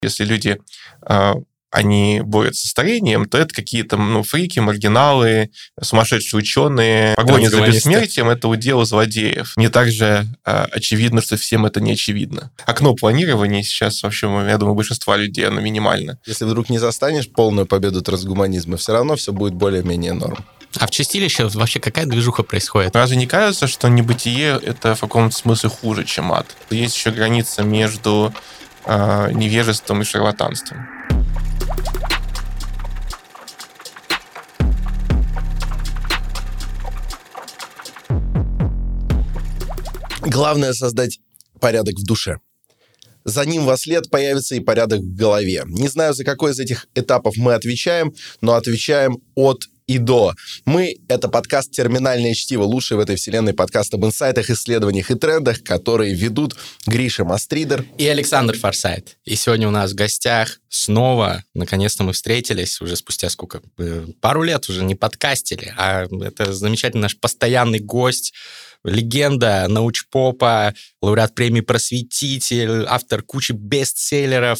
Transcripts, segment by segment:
Если люди они борются с старением, то это какие-то фрики, маргиналы, сумасшедшие ученые. Погоня за бессмертием — это удел злодеев. Не так же очевидно, что всем это не очевидно. Окно планирования сейчас, в общем, я думаю, большинства людей, оно минимально. Если вдруг не застанешь полную победу трансгуманизма, все равно все будет более-менее норм. А в чистилище вообще какая движуха происходит? Разве не кажется, что небытие — это в каком-то смысле хуже, чем ад? Есть еще граница между невежеством и шарлатанством. Главное — создать порядок в душе. За ним вослед появится и порядок в голове. Не знаю, за какой из этих этапов мы отвечаем, но отвечаем от и до. Мы — это подкаст «Терминальное чтиво», лучший в этой вселенной подкаст об инсайтах, исследованиях и трендах, которые ведут Гриша Мастридер и Александр Форсайт. И сегодня у нас в гостях снова, наконец-то мы встретились, уже спустя сколько? Пару лет уже не подкастили, а это замечательный наш постоянный гость, легенда научпопа, лауреат премии «Просветитель», автор кучи бестселлеров.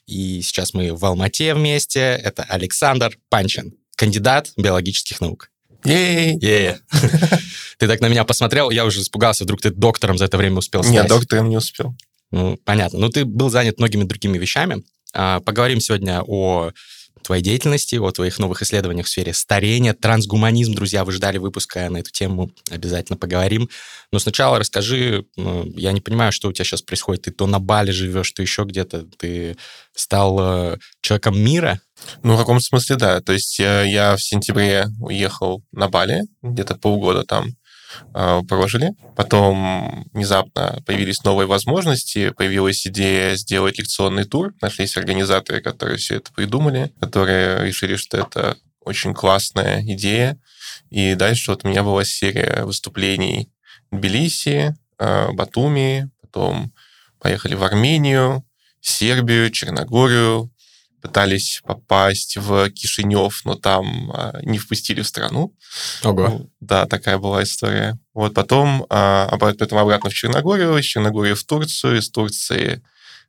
И сейчас мы в Алмате вместе. Это Александр Панчин, кандидат биологических наук. Ей! Ты так на меня посмотрел, я уже испугался, вдруг ты доктором за это время успел стать. Нет, доктором не успел. Понятно. Ты был занят многими другими вещами. Поговорим сегодня о твоей деятельности, о твоих новых исследованиях в сфере старения, трансгуманизм. Друзья, вы ждали выпуска на эту тему, обязательно поговорим. Но сначала расскажи, я не понимаю, что у тебя сейчас происходит. Ты то на Бали живешь, то еще где-то. Ты стал человеком мира? В каком смысле, да. То есть я в сентябре уехал на Бали, где-то полгода там прожили. Потом внезапно появились новые возможности, появилась идея сделать лекционный тур. Нашлись организаторы, которые все это придумали, которые решили, что это очень классная идея. И дальше у меня была серия выступлений в Тбилиси, Батуми, потом поехали в Армению, Сербию, Черногорию, пытались попасть в Кишинев, но там не впустили в страну. Ого. Да, такая была история. Потом обратно в Черногорию, из Черногории в Турцию, из Турции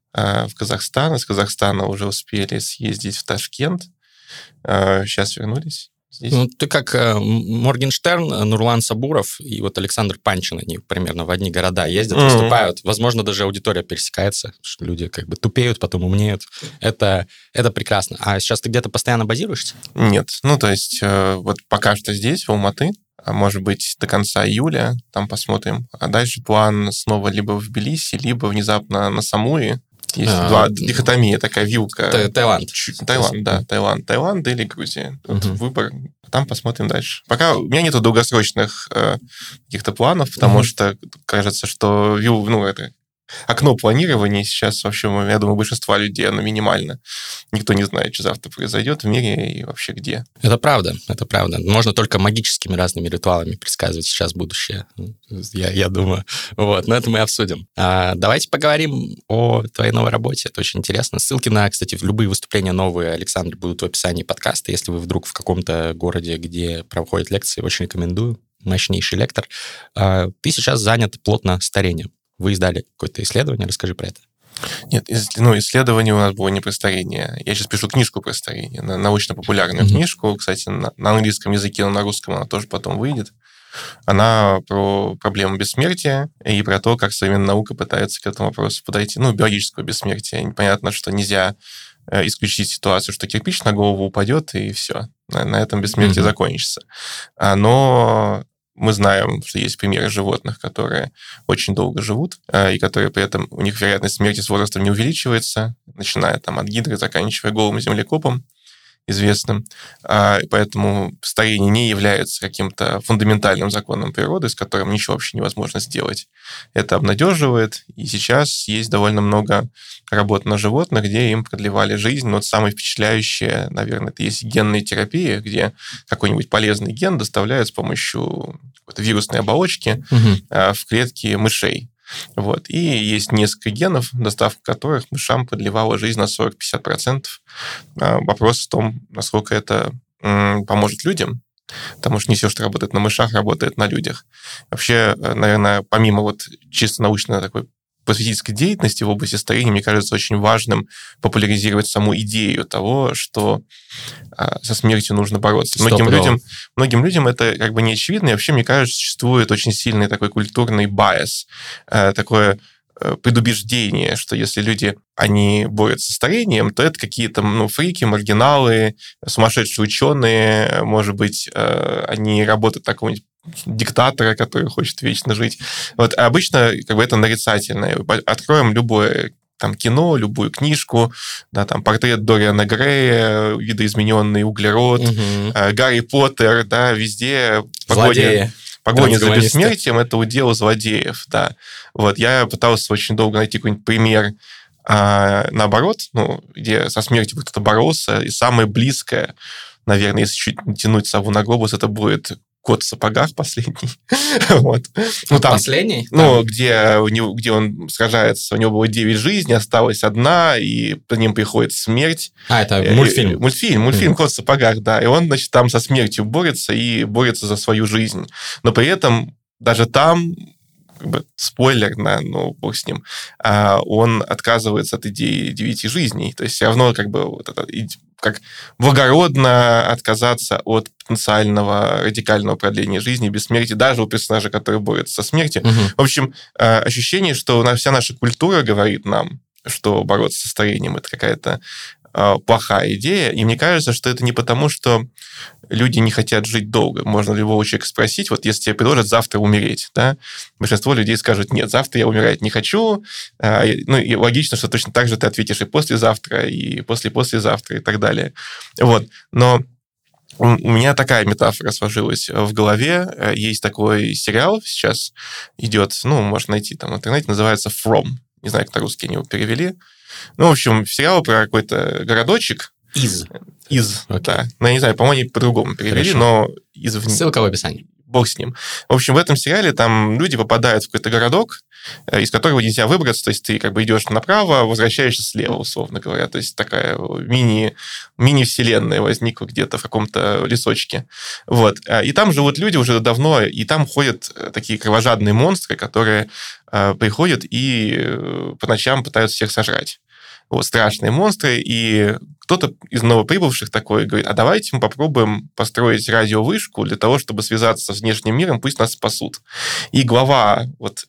в Казахстан, из Казахстана уже успели съездить в Ташкент. Сейчас вернулись. Здесь. Ты как Моргенштерн, Нурлан Сабуров и Александр Панчин, они примерно в одни города ездят, выступают. Возможно, даже аудитория пересекается, что люди тупеют, потом умнеют. Это прекрасно. А сейчас ты где-то постоянно базируешься? Нет. То есть пока что здесь, в Алматы, а может быть, до конца июля, там посмотрим. А дальше план снова либо в Тбилиси, либо внезапно на Самуи. Есть дихотомия, такая вилка. Таиланд. Таиланд, да. Таиланд или Грузия. Выбор. Там посмотрим дальше. Пока у меня нету долгосрочных каких-то планов, потому что кажется, что окно планирования сейчас, в общем, я думаю, большинства людей, оно минимально. Никто не знает, что завтра произойдет в мире и вообще где. Это правда. Можно только магическими разными ритуалами предсказывать сейчас будущее, я думаю. Но это мы обсудим. Давайте поговорим о твоей новой работе. Это очень интересно. Ссылки кстати, в любые выступления новые Александр будут в описании подкаста. Если вы вдруг в каком-то городе, где проходят лекции, очень рекомендую. Мощнейший лектор. Ты сейчас занят плотно старением. Вы издали какое-то исследование, расскажи про это. Нет, исследование у нас было не про старение. Я сейчас пишу книжку про старение, научно-популярную книжку. Кстати, на английском языке, но на русском она тоже потом выйдет. Она про проблему бессмертия и про то, как современная наука пытается к этому вопросу подойти. Биологического бессмертия. Понятно, что нельзя исключить ситуацию, что кирпич на голову упадет, и все. На этом бессмертие закончится. Но мы знаем, что есть примеры животных, которые очень долго живут, и которые при этом, у них вероятность смерти с возрастом не увеличивается, начиная от гидры, заканчивая голым землекопом известным. Поэтому старение не является каким-то фундаментальным законом природы, с которым ничего вообще невозможно сделать. Это обнадеживает, и сейчас есть довольно много работ на животных, где им продлевали жизнь. Но самое впечатляющее, наверное, это есть генная терапия, где какой-нибудь полезный ген доставляют с помощью какой-то вирусной оболочки в клетки мышей. И есть несколько генов, доставка которых мышам продлевала жизнь на 40-50%. Вопрос в том, насколько это поможет людям, потому что не все, что работает на мышах, работает на людях. Вообще, наверное, помимо чисто научно такой просветительской деятельности в области старения, мне кажется, очень важным популяризировать саму идею того, что со смертью нужно бороться. Многим людям это как бы не очевидно, и вообще, мне кажется, существует очень сильный такой культурный байс, такое предубеждение, что если люди, они борются с старением, то это какие-то фрики, маргиналы, сумасшедшие ученые, может быть, они работают такого-нибудь диктатора, который хочет вечно жить. Вот. А обычно как бы это нарицательное. Откроем любое там кино, любую книжку, да, там портрет Дориана Грея, видоизмененный углерод, Гарри Поттер, да, везде погоня за бессмертием — это удел злодеев, да. Вот, я пытался очень долго найти какой-нибудь пример наоборот, где со смертью кто-то боролся, и самое близкое, наверное, если чуть тянуть сову на глобус, это будет «Кот в сапогах» последний. Вот. Последний? Где он сражается, у него было 9 жизней, осталась одна, и по ним приходит смерть. Это мультфильм. Мультфильм «Кот в сапогах», да. И он, значит, там со смертью борется и борется за свою жизнь. Но при этом даже там, как бы, спойлер, бог с ним, он отказывается от идеи 9 жизней. То есть все равно как бы вот это, как благородно отказаться от потенциального радикального продления жизни, бессмертия, даже у персонажа, который борется со смертью. В общем, ощущение, что вся наша культура говорит нам, что бороться со старением — это какая-то плохая идея, и мне кажется, что это не потому, что люди не хотят жить долго. Можно любого человека спросить, вот если тебе предложат завтра умереть, да, большинство людей скажут: нет, завтра я умирать не хочу, и логично, что точно так же ты ответишь и послезавтра, и послезавтра, и так далее. Вот. Но у меня такая метафора сложилась в голове. Есть такой сериал, сейчас идет, можно найти там в интернете, называется «From». Не знаю, как на русский они его перевели. В общем, сериал про какой-то городочек. Из, okay. Да. Я не знаю, по-моему, они по-другому перевели, но из... Ссылка в описании. Бог с ним. В общем, в этом сериале там люди попадают в какой-то городок, из которого нельзя выбраться, то есть ты как бы идешь направо, возвращаешься слева, условно говоря. То есть такая мини-вселенная возникла где-то в каком-то лесочке. Вот. И там живут люди уже давно, и там ходят такие кровожадные монстры, которые приходят и по ночам пытаются всех сожрать. Вот, страшные монстры, и кто-то из новоприбывших такой говорит: а давайте мы попробуем построить радиовышку для того, чтобы связаться с внешним миром, пусть нас спасут. И глава вот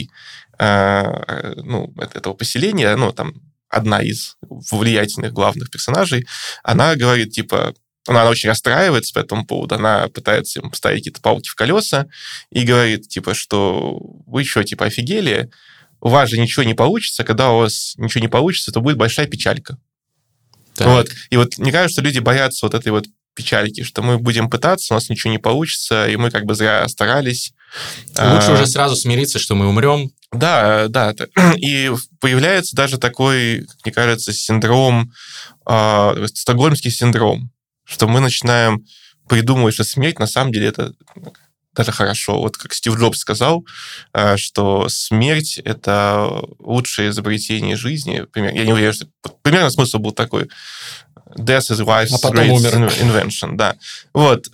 этого поселения, там одна из влиятельных главных персонажей, она говорит, она очень расстраивается по этому поводу, она пытается им ставить какие-то палки в колеса и говорит, что вы что, офигели? У вас же ничего не получится, когда у вас ничего не получится, то будет большая печалька. Вот. И вот мне кажется, что люди боятся вот этой вот печальки, что мы будем пытаться, у нас ничего не получится, и мы как бы зря старались. Лучше уже сразу смириться, что мы умрем. Да. И появляется даже такой, мне кажется, синдром, стокгольмский синдром, что мы начинаем придумывать, что смерть на самом деле это... даже хорошо. Вот как Стив Джобс сказал, что смерть — это лучшее изобретение жизни. Я не уверен, что... Примерно смысл был такой: Death is life's great invention. Да. Вот.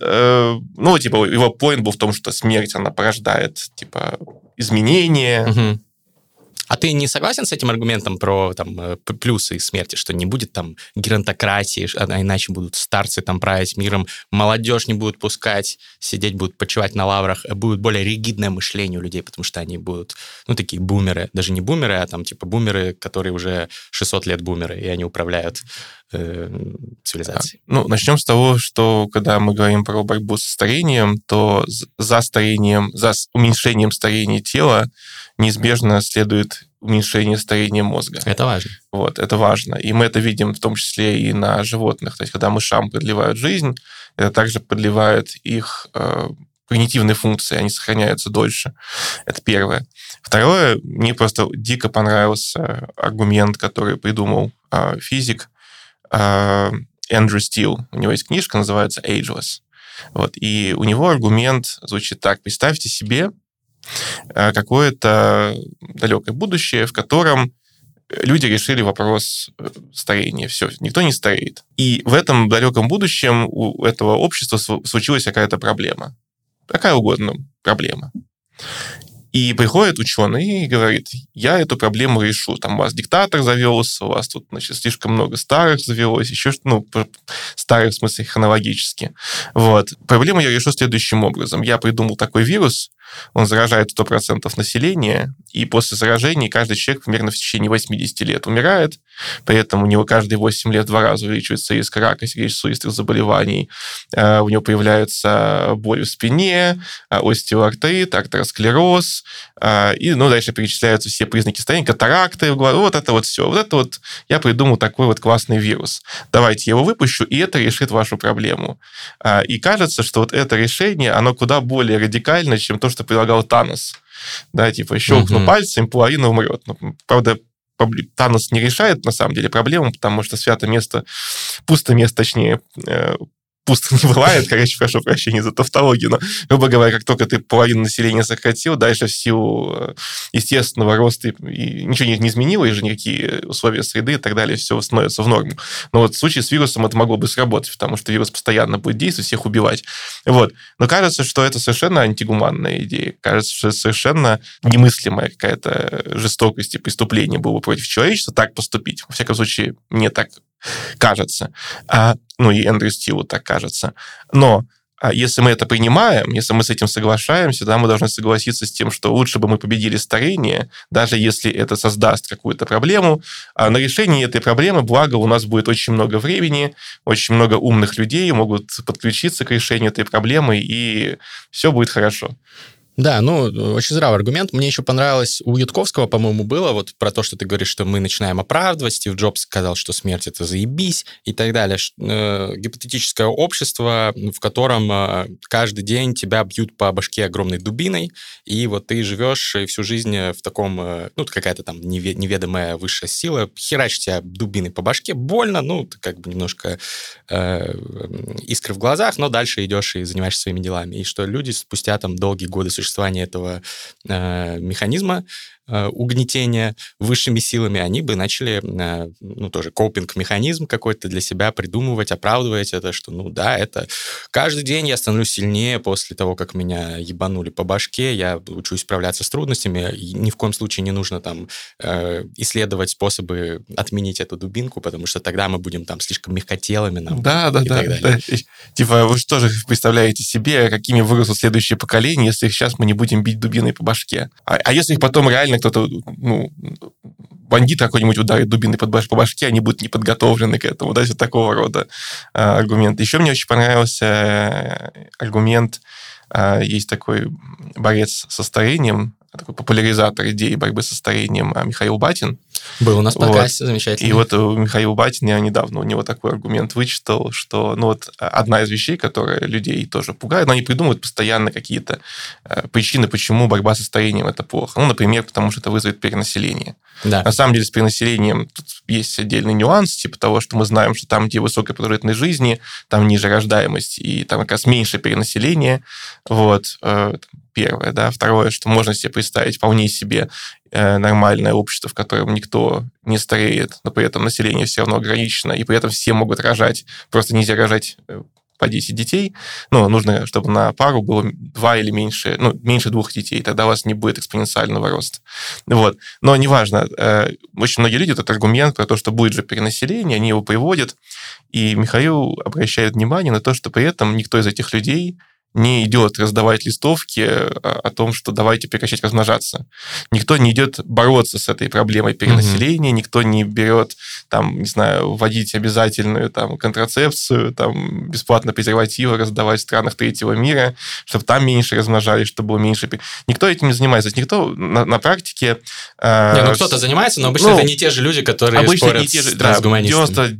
Его point был в том, что смерть, она порождает, изменения. Угу. А ты не согласен с этим аргументом про плюсы смерти, что не будет геронтократии, а иначе будут старцы править миром, молодежь не будут пускать, сидеть будут почивать на лаврах, будет более ригидное мышление у людей, потому что они будут, такие бумеры, даже не бумеры, а бумеры, которые уже 600 лет бумеры, и они управляют цивилизацией. Начнем с того, что когда мы говорим про борьбу со старением, то за уменьшением старения тела неизбежно следует уменьшение старения мозга. Это важно. Вот, это важно. И мы это видим в том числе и на животных. То есть, когда мышам продлевают жизнь, это также продлевает их когнитивные функции, они сохраняются дольше. Это первое. Второе, мне просто дико понравился аргумент, который придумал физик Эндрю Стил. У него есть книжка, называется «Ageless». Вот, и у него аргумент звучит так: представьте себе какое-то далекое будущее, в котором люди решили вопрос старения. Все, никто не стареет. И в этом далеком будущем у этого общества случилась какая-то проблема. Какая угодно проблема. И приходит ученый и говорит, я эту проблему решу. Там у вас диктатор завелся, у вас тут, значит, слишком много старых завелось, еще что-то, старых в смысле хронологически. Вот. Проблему я решу следующим образом. Я придумал такой вирус, он заражает 100% населения, и после заражения каждый человек примерно в течение 80 лет умирает, при этом у него каждые 8 лет в 2 раза увеличивается риск рака, сердечно-сосудистых заболеваний, у него появляется боль в спине, остеоартрит, артеросклероз, и дальше перечисляются все признаки старения, катаракты в глазу, вот это вот все. Вот это вот я придумал такой вот классный вирус. Давайте я его выпущу, и это решит вашу проблему. И кажется, что вот это решение, оно куда более радикально, чем то, что предлагал Танос. Да, типа, щелкну пальцем, половина умрет. Но, правда, Танос не решает, на самом деле, проблему, потому что свято место, пусто место, точнее, пусто не бывает, короче, прошу прощения за тавтологию, но, грубо говоря, как только ты половину населения сократил, дальше в силу естественного роста и ничего не изменилось же, никакие условия среды и так далее, все становится в норму. Но вот в случае с вирусом это могло бы сработать, потому что вирус постоянно будет действовать, всех убивать. Вот. Но кажется, что это совершенно антигуманная идея. Кажется, что это совершенно немыслимая какая-то жестокость и преступление было бы против человечества так поступить. Во всяком случае, мне так кажется. И Эндрю Стилу так кажется. Но если мы это принимаем, если мы с этим соглашаемся, да, мы должны согласиться с тем, что лучше бы мы победили старение, даже если это создаст какую-то проблему. А на решение этой проблемы, благо, у нас будет очень много времени, очень много умных людей могут подключиться к решению этой проблемы, и все будет хорошо. Да, очень здравый аргумент. Мне еще понравилось, у Ютковского, по-моему, было вот про то, что ты говоришь, что мы начинаем оправдывать. Стив Джобс сказал, что смерть — это заебись и так далее. Гипотетическое общество, в котором каждый день тебя бьют по башке огромной дубиной, и вот ты живешь всю жизнь в таком, какая-то там неведомая высшая сила херачит тебя дубиной по башке, больно, как бы немножко искры в глазах, но дальше идешь и занимаешься своими делами. И что люди спустя там долгие годы существования этого механизма угнетения высшими силами, они бы начали, тоже копинг-механизм какой-то для себя придумывать, оправдывать это, что, это каждый день я становлюсь сильнее после того, как меня ебанули по башке, я учусь справляться с трудностями, и ни в коем случае не нужно там исследовать способы отменить эту дубинку, потому что тогда мы будем там слишком мягкотелыми. Да. Типа, вы что же представляете себе, какими вырастут следующие поколения, если их сейчас мы не будем бить дубиной по башке? А если их потом реально кто-то, бандит какой-нибудь ударит дубиной по башке, они будут неподготовлены к этому, да, вот такого рода аргумент. Еще мне очень понравился аргумент, есть такой борец со старением, такой популяризатор идеи борьбы со старением Михаил Батин. Был у нас в подкасте, замечательно. И вот у Михаила Батина я недавно у него такой аргумент вычитал, что одна из вещей, которая людей тоже пугает, но они придумывают постоянно какие-то причины, почему борьба со старением это плохо. Например, потому что это вызовет перенаселение. Да. На самом деле с перенаселением тут есть отдельный нюанс, типа того, что мы знаем, что там, где высокая продолжительность жизни, там ниже рождаемость, и там как раз меньше перенаселение. Вот. Первое, да. Второе, что можно себе представить вполне себе нормальное общество, в котором никто не стареет, но при этом население все равно ограничено, и при этом все могут рожать. Просто нельзя рожать по 10 детей. Нужно, чтобы на пару было 2 или меньше, меньше 2 детей, тогда у вас не будет экспоненциального роста. Вот. Но неважно, очень многие люди, этот аргумент про то, что будет же перенаселение, они его приводят, и Михаил обращает внимание на то, что при этом никто из этих людей не идет раздавать листовки о том, что давайте прекращать размножаться. Никто не идет бороться с этой проблемой перенаселения, никто не берет, вводить обязательную контрацепцию, бесплатно презервативы раздавать в странах третьего мира, чтобы там меньше размножались, чтобы было меньше... Никто этим не занимается. То есть никто на практике... кто-то занимается, но обычно это не те же люди, которые спорят с трансгуманистами.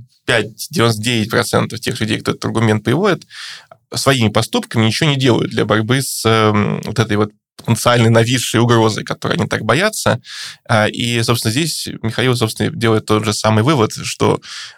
95-99% тех людей, кто этот аргумент приводит, своими поступками ничего не делают для борьбы с этой потенциальной нависшей угрозой, которой они так боятся. И, собственно, здесь Михаил, делает тот же самый вывод, что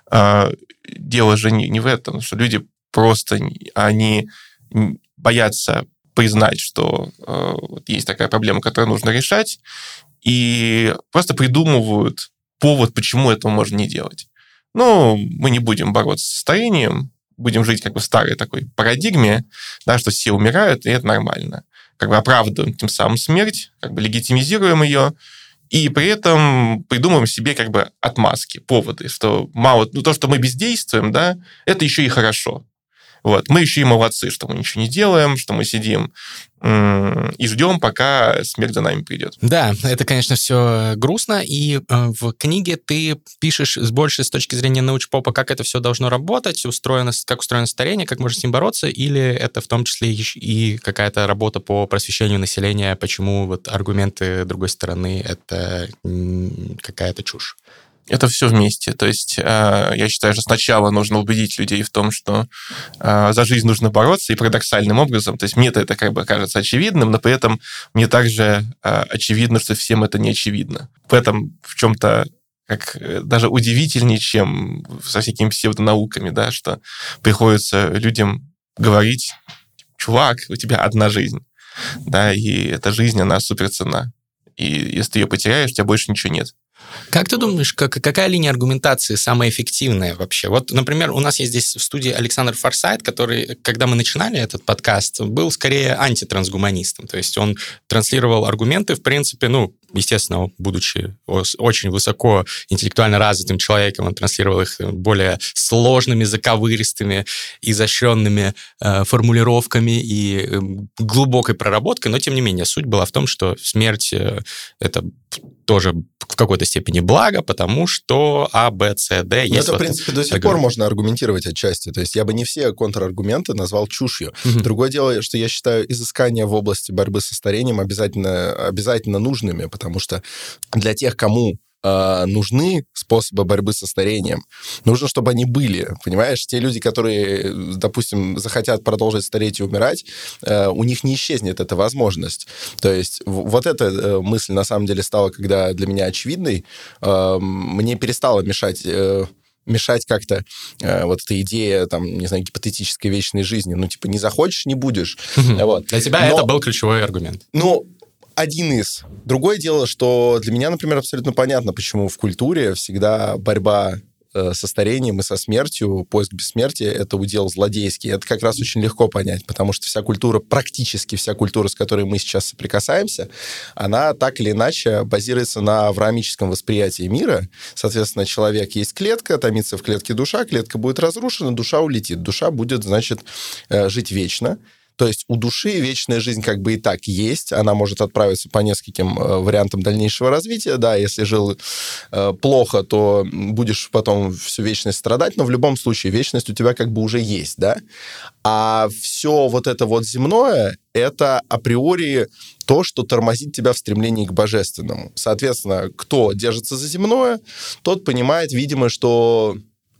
дело же не в этом, что люди просто они боятся признать, что есть такая проблема, которую нужно решать, и просто придумывают повод, почему этого можно не делать. Мы не будем бороться со старением, будем жить в старой такой парадигме, да, что все умирают, и это нормально. как бы оправдываем тем самым смерть, как бы легитимизируем ее, и при этом придумываем себе как бы отмазки, поводы, что мало, то, что мы бездействуем, да, это еще и хорошо. Вот. Мы еще и молодцы, что мы ничего не делаем, что мы сидим и ждем, пока смерть за нами придет. Да, это, конечно, все грустно, и в книге ты пишешь больше с точки зрения научпопа, как это все должно работать, как устроено старение, как можно с ним бороться, или это в том числе и какая-то работа по просвещению населения, почему вот аргументы другой стороны — это какая-то чушь? Это все вместе. То есть я считаю, что сначала нужно убедить людей в том, что за жизнь нужно бороться, и парадоксальным образом. То есть мне это как бы кажется очевидным, но при этом мне также очевидно, что всем это не очевидно. В этом в чем-то как даже удивительнее, чем со всякими псевдонауками, да, что приходится людям говорить: чувак, у тебя одна жизнь, да, и эта жизнь, она суперценна. И если ты ее потеряешь, у тебя больше ничего нет. Как ты думаешь, какая линия аргументации самая эффективная вообще? Вот, например, у нас есть здесь в студии Александр Форсайт, который, когда мы начинали этот подкаст, был скорее антитрансгуманистом. То есть он транслировал аргументы, в принципе, естественно, будучи очень высоко интеллектуально развитым человеком, он транслировал их более сложными, заковыристыми, изощренными формулировками и глубокой проработкой, но, тем не менее, суть была в том, что смерть — это тоже в какой-то степени благо, потому что А, Б, С, Д... Это, в принципе, до сих пор можно аргументировать отчасти. То есть я бы не все контраргументы назвал чушью. Другое дело, что я считаю изыскания в области борьбы со старением обязательно нужными, потому что для тех, кому нужны способы борьбы со старением, нужно, чтобы они были, понимаешь? Те люди, которые, допустим, захотят продолжить стареть и умирать, у них не исчезнет эта возможность. То есть вот эта мысль, на самом деле, стала, когда для меня очевидной, мне перестала мешать как-то вот эта идея, там, не знаю, гипотетической вечной жизни. Не захочешь — не будешь. Вот. Для тебя это был ключевой аргумент. Один из. Другое дело, что для меня, например, абсолютно понятно, почему в культуре всегда борьба со старением и со смертью, поиск бессмертия — это удел злодейский. Это как раз очень легко понять, потому что практически вся культура, с которой мы сейчас соприкасаемся, она так или иначе базируется на авраамическом восприятии мира. Соответственно, человек есть клетка, томится в клетке душа, клетка будет разрушена, душа улетит. Душа будет, значит, жить вечно. То есть у души вечная жизнь как бы и так есть, она может отправиться по нескольким вариантам дальнейшего развития, да, если жил плохо, то будешь потом всю вечность страдать, но в любом случае вечность у тебя как бы уже есть, да, а все вот это вот земное, это априори то, что тормозит тебя в стремлении к божественному. Соответственно, кто держится за земное, тот понимает, видимо, что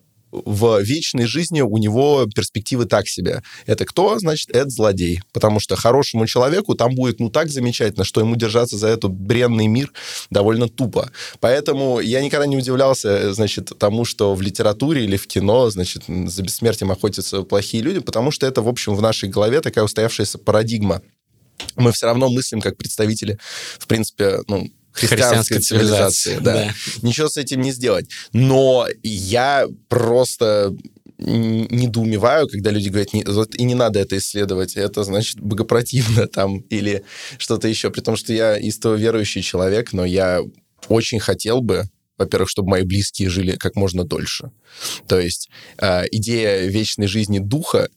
в вечной жизни у него перспективы так себе. Это кто? Значит, это злодей. Потому что хорошему человеку там будет так замечательно, что ему держаться за этот бренный мир довольно тупо. Поэтому я никогда не удивлялся, значит, тому, что в литературе или в кино, значит, за бессмертием охотятся плохие люди, потому что это, в общем, в нашей голове такая устоявшаяся парадигма. Мы все равно мыслим как представители, в принципе, христианской цивилизации. Да. Ничего с этим не сделать. Но я просто недоумеваю, когда люди говорят, и не надо это исследовать, это, значит, богопротивно там, или что-то еще. При том, что я истово верующий человек, но я очень хотел бы, во-первых, чтобы мои близкие жили как можно дольше. То есть идея вечной жизни духа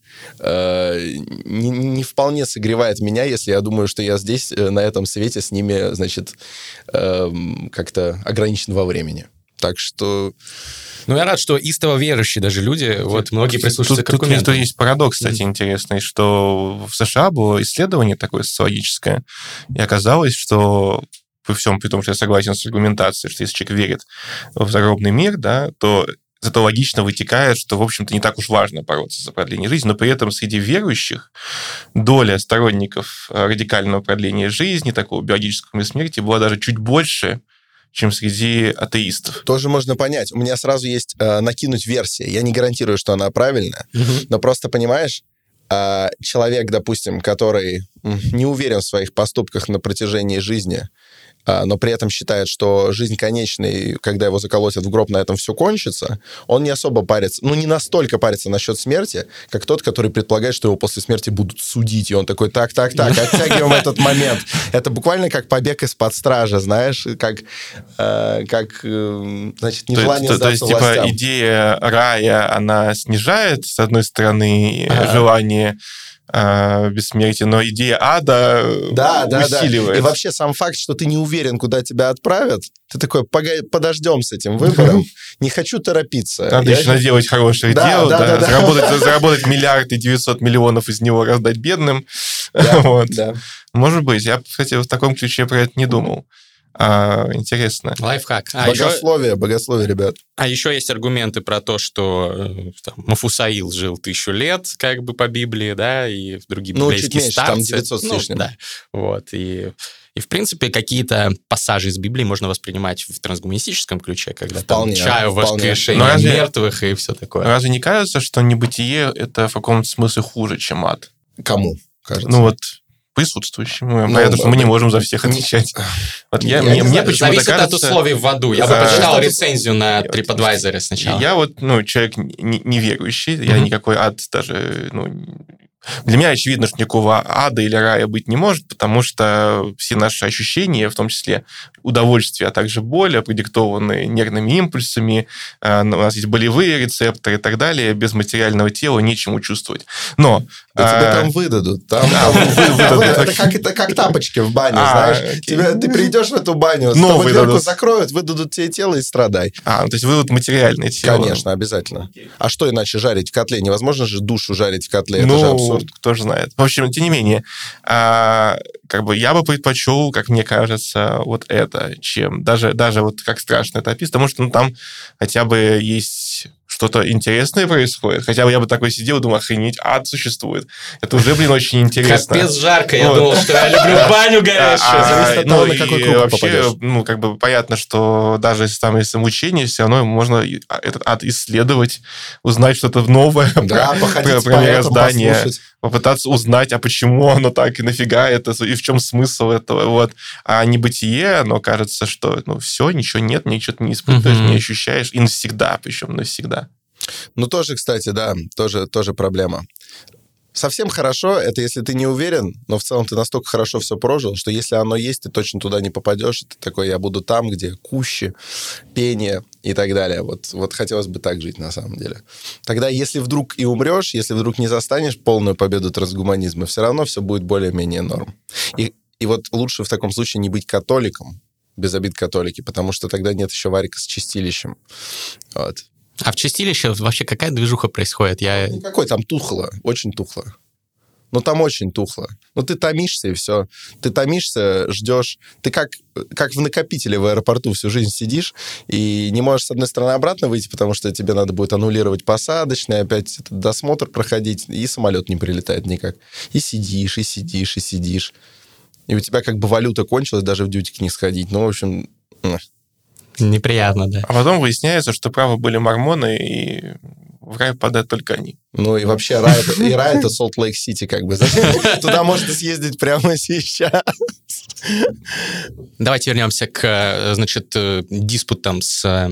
не вполне согревает меня, если я думаю, что я здесь, на этом свете, с ними, значит, как-то ограничен во времени. Так что... я рад, что истово верующие даже люди, многие прислушиваются к аргументам. Тут есть парадокс, кстати, интересный, что в США было исследование такое социологическое, и оказалось, что при том, что я согласен с аргументацией, что если человек верит в загробный мир, да, то из этого логично вытекает, что, в общем-то, не так уж важно бороться за продление жизни, но при этом среди верующих доля сторонников радикального продления жизни, такого биологического бессмертия, была даже чуть больше, чем среди атеистов. Тоже можно понять. У меня сразу есть накинуть версия. Я не гарантирую, что она правильная, но просто, понимаешь, человек, допустим, который не уверен в своих поступках на протяжении жизни, но при этом считает, что жизнь конечна, и когда его заколотят в гроб, на этом все кончится, он не особо парится, не настолько парится насчет смерти, как тот, который предполагает, что его после смерти будут судить, и он такой, так, оттягиваем этот момент. Это буквально как побег из-под стражи, знаешь, как значит, нежелание сдаться властям. То есть, идея рая, она снижает, с одной стороны, желание бессмертия, но идея ада усиливает. И вообще сам факт, что ты не уверен, куда тебя отправят, ты такой, подождем с этим выбором, не хочу торопиться. Надо еще наделать хорошее дело, заработать 1 900 000 000 из него раздать бедным. Может быть. Я, кстати, в таком ключе про это не думал. Интересно. Лайфхак. Богословие, ребят. А еще есть аргументы про то, что Мафусаил жил 1000 лет, как бы по Библии, да, и другие библейские чуть меньше, старцы. там 900 с лишним. Да, вот, и в принципе, какие-то пассажи из Библии можно воспринимать в трансгуманистическом ключе, когда там чаю, воскрешение мертвых и все такое. Разве не кажется, что небытие — это в каком-то смысле хуже, чем ад? Кому кажется? Присутствующим. Понятно, что мы не можем за всех отвечать. Мне почему-то кажется... Зависит от условий в аду. Я бы почитал рецензию на TripAdvisor сначала. Я человек неверующий, я никакой ад даже... Для меня очевидно, что никакого ада или рая быть не может, потому что все наши ощущения, в том числе удовольствие, а также боль, продиктованы нервными импульсами, у нас есть болевые рецепторы и так далее, без материального тела нечему чувствовать. Но... тебе там выдадут. Это как тапочки в бане, знаешь. Ты придешь в эту баню, с тобой дверку закроют, выдадут тебе тело и страдай. То есть выдадут материальное тело. Конечно, обязательно. А что иначе жарить в котле? Невозможно же душу жарить в котле, это же абсурд. Кто же знает. В общем, тем не менее, я бы предпочел, как мне кажется, вот это, чем даже вот как страшно это описано, потому что там хотя бы есть что-то интересное происходит. Хотя бы я бы такой сидел и думал, охренеть, ад существует. Это уже, очень интересно. Капец жарко. Я думал, что я люблю баню горячую. Зависит от того, на какой круг попадешь. Понятно, что даже если мучение, все равно можно этот ад исследовать, узнать что-то новое про мироздание, попытаться узнать, а почему оно так, и нафига это, и в чем смысл этого. А небытие, оно кажется, что все, ничего нет, ничего ты не испытываешь, не ощущаешь, и навсегда, причем навсегда. Тоже, кстати, да, тоже проблема. Совсем хорошо, это если ты не уверен, но в целом ты настолько хорошо все прожил, что если оно есть, ты точно туда не попадешь, и ты такой, я буду там, где кущи, пение и так далее. Вот хотелось бы так жить на самом деле. Тогда, если вдруг и умрешь, если вдруг не застанешь полную победу трансгуманизма, все равно все будет более-менее норм. И вот лучше в таком случае не быть католиком, без обид католики, потому что тогда нет еще варика с чистилищем. Вот. А в чистилище вообще какая движуха происходит? Никакой, там тухло, очень тухло. Там очень тухло. Ты томишься, и все. Ты томишься, ждешь. Ты как в накопителе в аэропорту всю жизнь сидишь, и не можешь, с одной стороны, обратно выйти, потому что тебе надо будет аннулировать посадочный, опять этот досмотр проходить, и самолет не прилетает никак. И сидишь, и сидишь, и сидишь. И у тебя как бы валюта кончилась, даже в дьютик не сходить. В общем... Неприятно, да. А потом выясняется, что правы были мормоны, и в рай попадают только они. И вообще рай это Солт-Лейк-Сити, как бы. Туда можно съездить прямо сейчас. Давайте вернемся к, диспутам с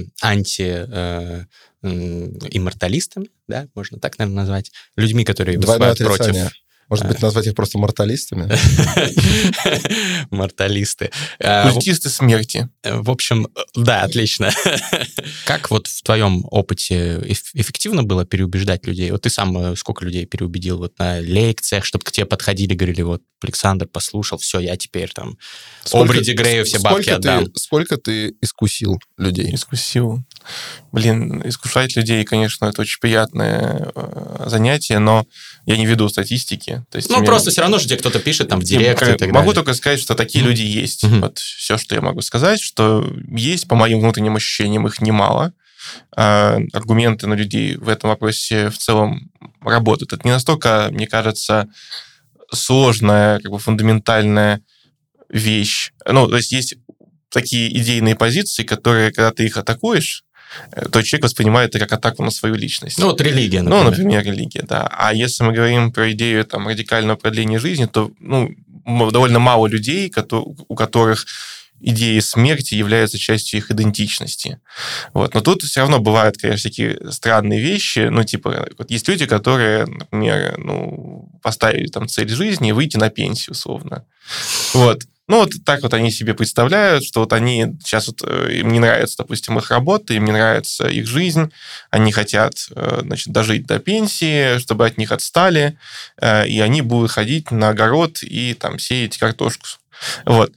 анти-имморталистами, да, можно так, наверное, назвать, людьми, которые выступают против... Может быть, назвать их просто морталистами? Морталисты. Культисты смерти. В общем, да, отлично. Как в твоем опыте эффективно было переубеждать людей? Ты сам сколько людей переубедил на лекциях, чтобы к тебе подходили, говорили, Александр послушал, все, я теперь там Обри де Грею все бабки отдам. Сколько ты искусил людей? Искусил. Искушать людей, конечно, это очень приятное занятие, но я не веду статистики. То есть просто все равно же тебе кто-то пишет там в директ и так далее. Могу только сказать, что такие люди есть. Все, что я могу сказать, что есть, по моим внутренним ощущениям, их немало. Аргументы на людей в этом вопросе в целом работают. Это не настолько, мне кажется, сложная, фундаментальная вещь. То есть есть такие идейные позиции, которые, когда ты их атакуешь, то человек воспринимает это как атаку на свою личность. Религия, например. Например, религия, да. А если мы говорим про идею радикального продления жизни, то довольно мало людей, у которых идеи смерти являются частью их идентичности. Вот. Но тут все равно бывают, конечно, всякие странные вещи. Ну, типа, вот есть люди, которые, например, поставили там цель жизни выйти на пенсию, условно. Вот. Ну, вот так вот они себе представляют, что вот они сейчас вот, им не нравится, допустим, их работа, им не нравится их жизнь, они хотят, значит, дожить до пенсии, чтобы от них отстали, и они будут ходить на огород и там сеять картошку. Вот.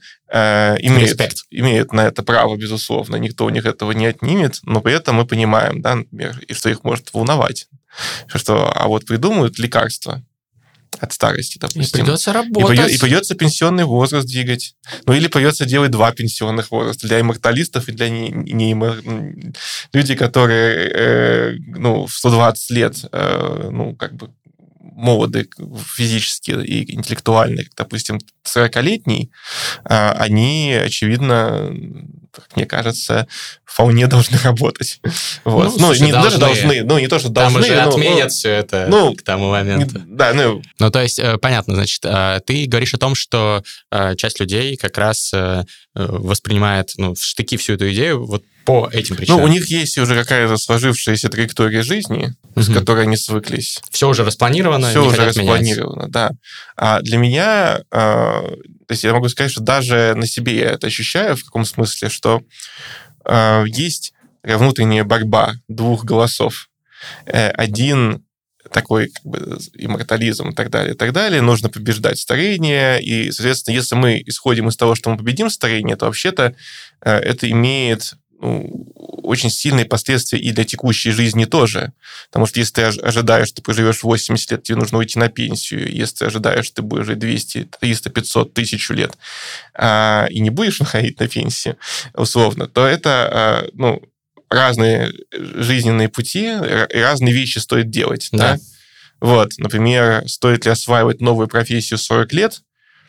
Имеют на это право, безусловно, никто у них этого не отнимет, но при этом мы понимаем, да, например, и что их может волновать, что, а вот придумают лекарства от старости, допустим. И придется работать. И придется пенсионный возраст двигать. Ну, или придется делать 2 пенсионных возраста для имморталистов и для людей, которые, в 120 лет, как бы молоды физически и интеллектуально, допустим, 40-летний, они, очевидно, как мне кажется, вполне должны работать. Вот. Не даже должны, не то, что должны. Там уже отменят все это к тому моменту. Да, то есть, понятно, значит, ты говоришь о том, что часть людей как раз воспринимает в штыки всю эту идею вот по этим причинам. У них есть уже какая-то сложившаяся траектория жизни, с которой они свыклись. Все уже распланировано, все уже распланировано, да. А для меня, то есть я могу сказать, что даже на себе я это ощущаю в каком смысле, что есть такая внутренняя борьба 2 голосов. Один такой как бы иммортализм и так далее, нужно побеждать старение, и, соответственно, если мы исходим из того, что мы победим старение, то вообще-то это имеет очень сильные последствия и для текущей жизни тоже. Потому что если ты ожидаешь, что ты проживешь 80 лет, тебе нужно уйти на пенсию. Если ты ожидаешь, что ты будешь жить 200, 300, 500, 1000 лет, и не будешь выходить на пенсию, условно, то это разные жизненные пути и разные вещи стоит делать. Да. Вот, например, стоит ли осваивать новую профессию в 40 лет,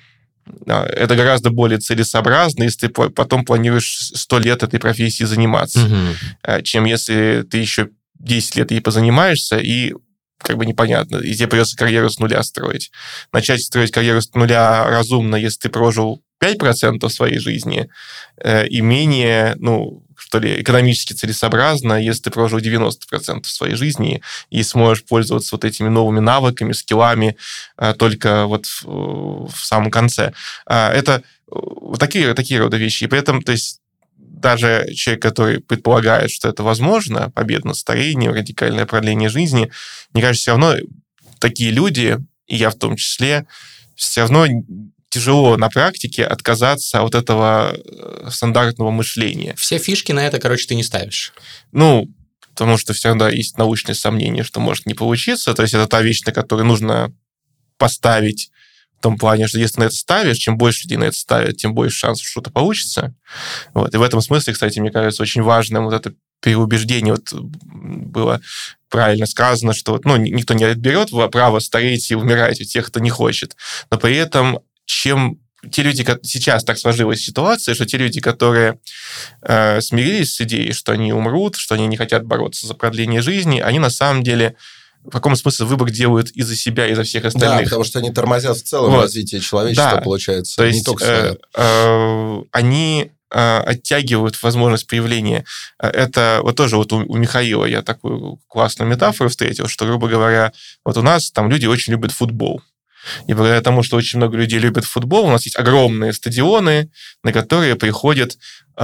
это гораздо более целесообразно, если ты потом планируешь 100 лет этой профессией заниматься, чем если ты еще 10 лет ей позанимаешься, и как бы непонятно, и тебе придется карьеру с нуля строить. Начать строить карьеру с нуля разумно, если ты прожил 5% своей жизни, и менее, экономически целесообразно, если ты прожил 90% своей жизни и сможешь пользоваться вот этими новыми навыками, скиллами только вот в самом конце. Это такие рода вещи. И при этом, то есть, даже человек, который предполагает, что это возможно, победа над старением, радикальное продление жизни, мне кажется, все равно такие люди, и я в том числе, все равно тяжело на практике отказаться от этого стандартного мышления. Все фишки на это, ты не ставишь. Потому что всегда есть научные сомнения, что может не получиться. То есть это та вещь, на которую нужно поставить в том плане, что если ты на это ставишь, чем больше людей на это ставят, тем больше шансов, что что-то получится. Вот. И в этом смысле, кстати, мне кажется, очень важным вот это переубеждение. Вот было правильно сказано, что никто не отберет право стареть и умирать у тех, кто не хочет. Но при этом чем те люди, сейчас так сложилась ситуация, что те люди, которые смирились с идеей, что они умрут, что они не хотят бороться за продление жизни, они на самом деле в каком смысле выбор делают и за себя, и за всех остальных. Да, потому что они тормозят в целом развитие человечества, получается, то есть, не только свое. Они оттягивают возможность появления. Это вот тоже вот у Михаила я такую классную метафору встретил, что, грубо говоря, вот у нас там люди очень любят футбол. И благодаря тому, что очень много людей любят футбол, у нас есть огромные стадионы, на которые приходят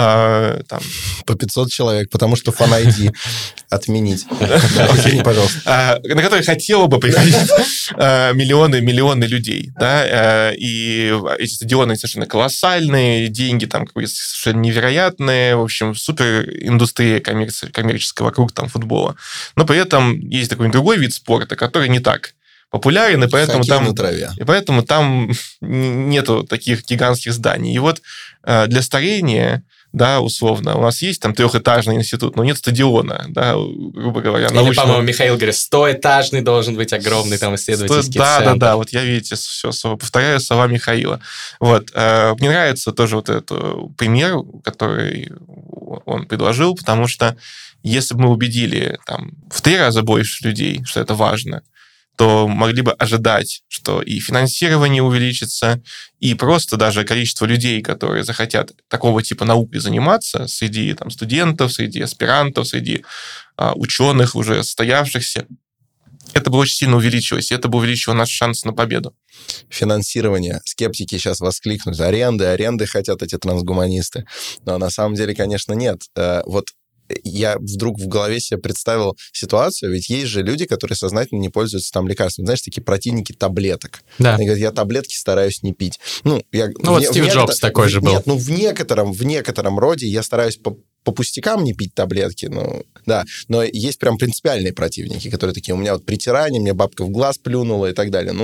по 500 человек, потому что фан-айди отменить. Окей, пожалуйста. На которые хотело бы приходить миллионы людей. Да? И эти стадионы совершенно колоссальные, деньги там совершенно невероятные, в общем, супер индустрия коммерческая вокруг там футбола. Но при этом есть такой другой вид спорта, который не так популярен, и поэтому там нету таких гигантских зданий. И вот для старения, да, условно, у нас есть там 3-этажный институт, но нет стадиона, да, грубо говоря. Или, по-моему, Михаил говорит, 100-этажный должен быть огромный там исследовательский центр. Да, вот я, видите, все повторяю слова Михаила. Вот. Мне нравится тоже вот этот пример, который он предложил, потому что если бы мы убедили там в 3 раза больше людей, что это важно, то могли бы ожидать, что и финансирование увеличится, и просто даже количество людей, которые захотят такого типа наукой заниматься среди там, студентов, среди аспирантов, среди ученых уже состоявшихся, это бы очень сильно увеличилось, и это бы увеличило наш шанс на победу. Финансирование. Скептики сейчас воскликнут. Аренды хотят эти трансгуманисты. Но на самом деле, конечно, нет. Вот я вдруг в голове себе представил ситуацию, ведь есть же люди, которые сознательно не пользуются там лекарствами. Знаешь, такие противники таблеток. Да. Они говорят, я таблетки стараюсь не пить. Вот Стив Джобс такой же был. Нет, в некотором роде я стараюсь по пустякам не пить таблетки, да, но есть прям принципиальные противники, которые такие, у меня вот притирание, мне бабка в глаз плюнула и так далее,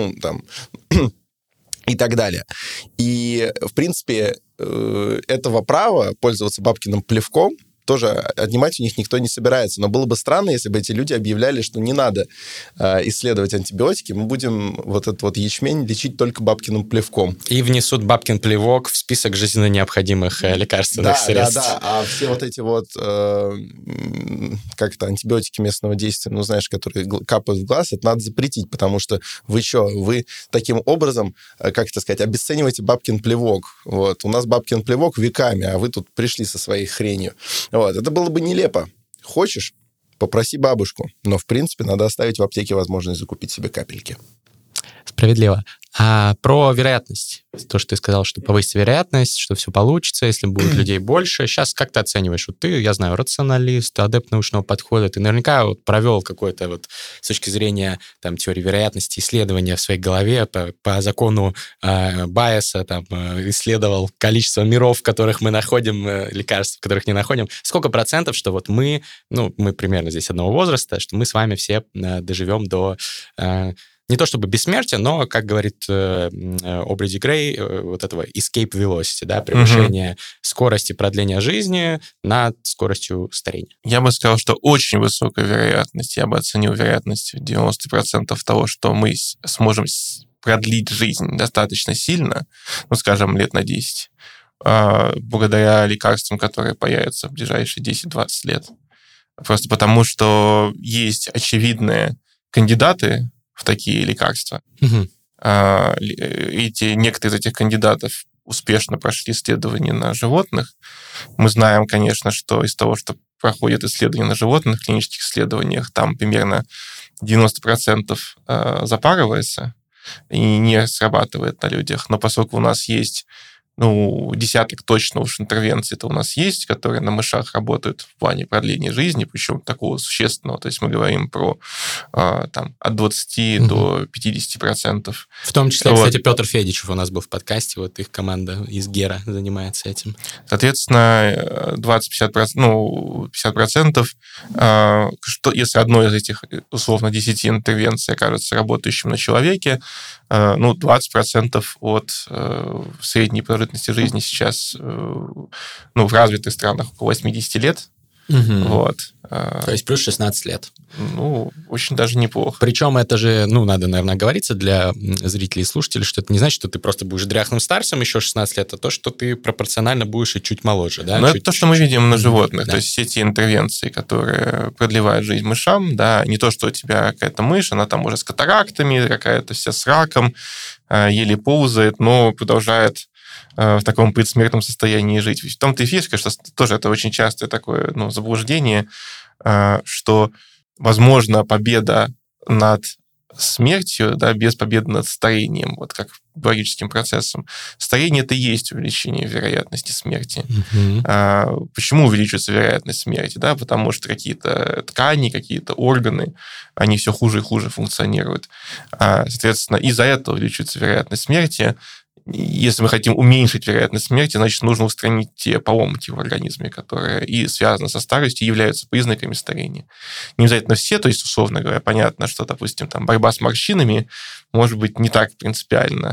и так далее. И, в принципе, этого права пользоваться бабкиным плевком тоже отнимать у них никто не собирается. Но было бы странно, если бы эти люди объявляли, что не надо исследовать антибиотики, мы будем вот этот вот ячмень лечить только бабкиным плевком. И внесут бабкин плевок в список жизненно необходимых лекарственных средств. Да. А все вот эти вот, антибиотики местного действия, знаешь, которые капают в глаз, это надо запретить, потому что вы таким образом, обесцениваете бабкин плевок. Вот. У нас бабкин плевок веками, а вы тут пришли со своей хренью. Вот. Это было бы нелепо. Хочешь, попроси бабушку. Но, в принципе, надо оставить в аптеке возможность закупить себе капельки. Справедливо. А про вероятность. То, что ты сказал, что повысится вероятность, что все получится, если будет людей больше. Сейчас как ты оцениваешь? Вот ты, я знаю, рационалист, адепт научного подхода. Ты наверняка провел какое-то с точки зрения теории вероятности исследования в своей голове по закону Байеса, исследовал количество миров, в которых мы находим лекарств, в которых не находим. Сколько процентов, что мы примерно здесь одного возраста, что мы с вами все доживем до... не то чтобы бессмертие, но, как говорит Обри Ди Грей, вот этого escape velocity, да, превышение скорости продления жизни над скоростью старения. Я бы сказал, что очень высокая вероятность. Я бы оценил вероятность в 90% того, что мы сможем продлить жизнь достаточно сильно, скажем, лет на 10, благодаря лекарствам, которые появятся в ближайшие 10-20 лет. Просто потому, что есть очевидные кандидаты в такие лекарства. Некоторые из этих кандидатов успешно прошли исследования на животных. Мы знаем, конечно, что из того, что проходят исследования на животных, в клинических исследованиях, там примерно 90% запарывается и не срабатывает на людях. Но поскольку у нас есть десяток точно уж интервенций-то у нас есть, которые на мышах работают в плане продления жизни, причем такого существенного. То есть мы говорим про от 20 до 50%. В том числе, кстати, Петр Федичев у нас был в подкасте, вот их команда из Гера занимается этим. Соответственно, 50%, если одной из этих, условно, 10 интервенций окажется работающим на человеке, 20% от средней продолжительности жизни сейчас в развитых странах около 80 лет. Вот. То есть плюс 16 лет. Очень даже неплохо. Причем это же, надо, наверное, оговориться для зрителей и слушателей, что это не значит, что ты просто будешь дряхлым старцем еще 16 лет, а то, что ты пропорционально будешь и чуть моложе. Да? Это то, что мы видим на животных. Да. То есть все те интервенции, которые продлевают жизнь мышам, да, не то, что у тебя какая-то мышь, она там уже с катарактами, какая-то вся с раком, еле ползает, но продолжает в таком предсмертном состоянии жить. В том-то и фишка, что тоже это очень частое такое заблуждение, что возможна победа над смертью, да, без победы над старением, вот как биологическим процессом. Старение — это и есть увеличение вероятности смерти. Почему увеличивается вероятность смерти? Да? Потому что какие-то ткани, какие-то органы, они все хуже и хуже функционируют. Соответственно, из-за этого увеличивается вероятность смерти. Если мы хотим уменьшить вероятность смерти, значит, нужно устранить те поломки в организме, которые и связаны со старостью, являются признаками старения. Не обязательно все, то есть, условно говоря, понятно, что, допустим, борьба с морщинами может быть не так принципиально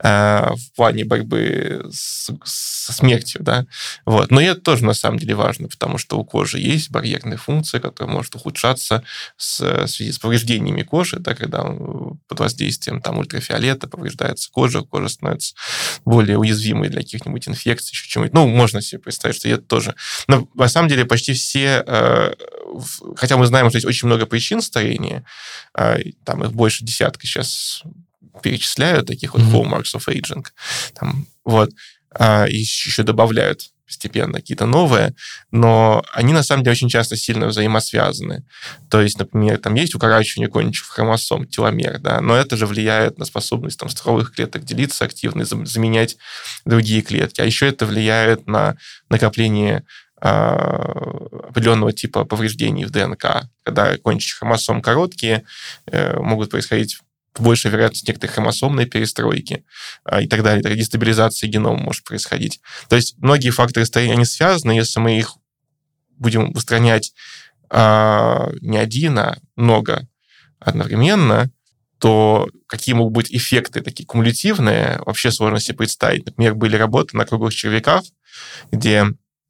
в плане борьбы со смертью, да. Вот. Но это тоже, на самом деле, важно, потому что у кожи есть барьерная функция, которая может ухудшаться в связи с повреждениями кожи, да, когда под воздействием там, ультрафиолета повреждается кожа становится более уязвимой для каких-нибудь инфекций, еще чего-нибудь. Ну, можно себе представить, что это тоже. Но, на самом деле, почти все, хотя мы знаем, что есть очень много причин старения, там их больше десятка сейчас перечисляют, таких вот hallmarks of aging, там, вот, и еще добавляют постепенно какие-то новые, но они, на самом деле, очень часто сильно взаимосвязаны. То есть, например, там есть укорачивание кончиков хромосом, теломер, да, но это же влияет на способность там, стволовых клеток делиться активно и заменять другие клетки. А еще это влияет на накопление определенного типа повреждений в ДНК. Когда кончики хромосом короткие, могут происходить большая вероятность некоторых хромосомной перестройки и так далее. Такая дестабилизация генома может происходить. То есть многие факторы старения, они связаны. Если мы их будем устранять не один, а много одновременно, то какие могут быть эффекты такие кумулятивные, вообще сложно себе представить. Например, были работы на круглых червяках, где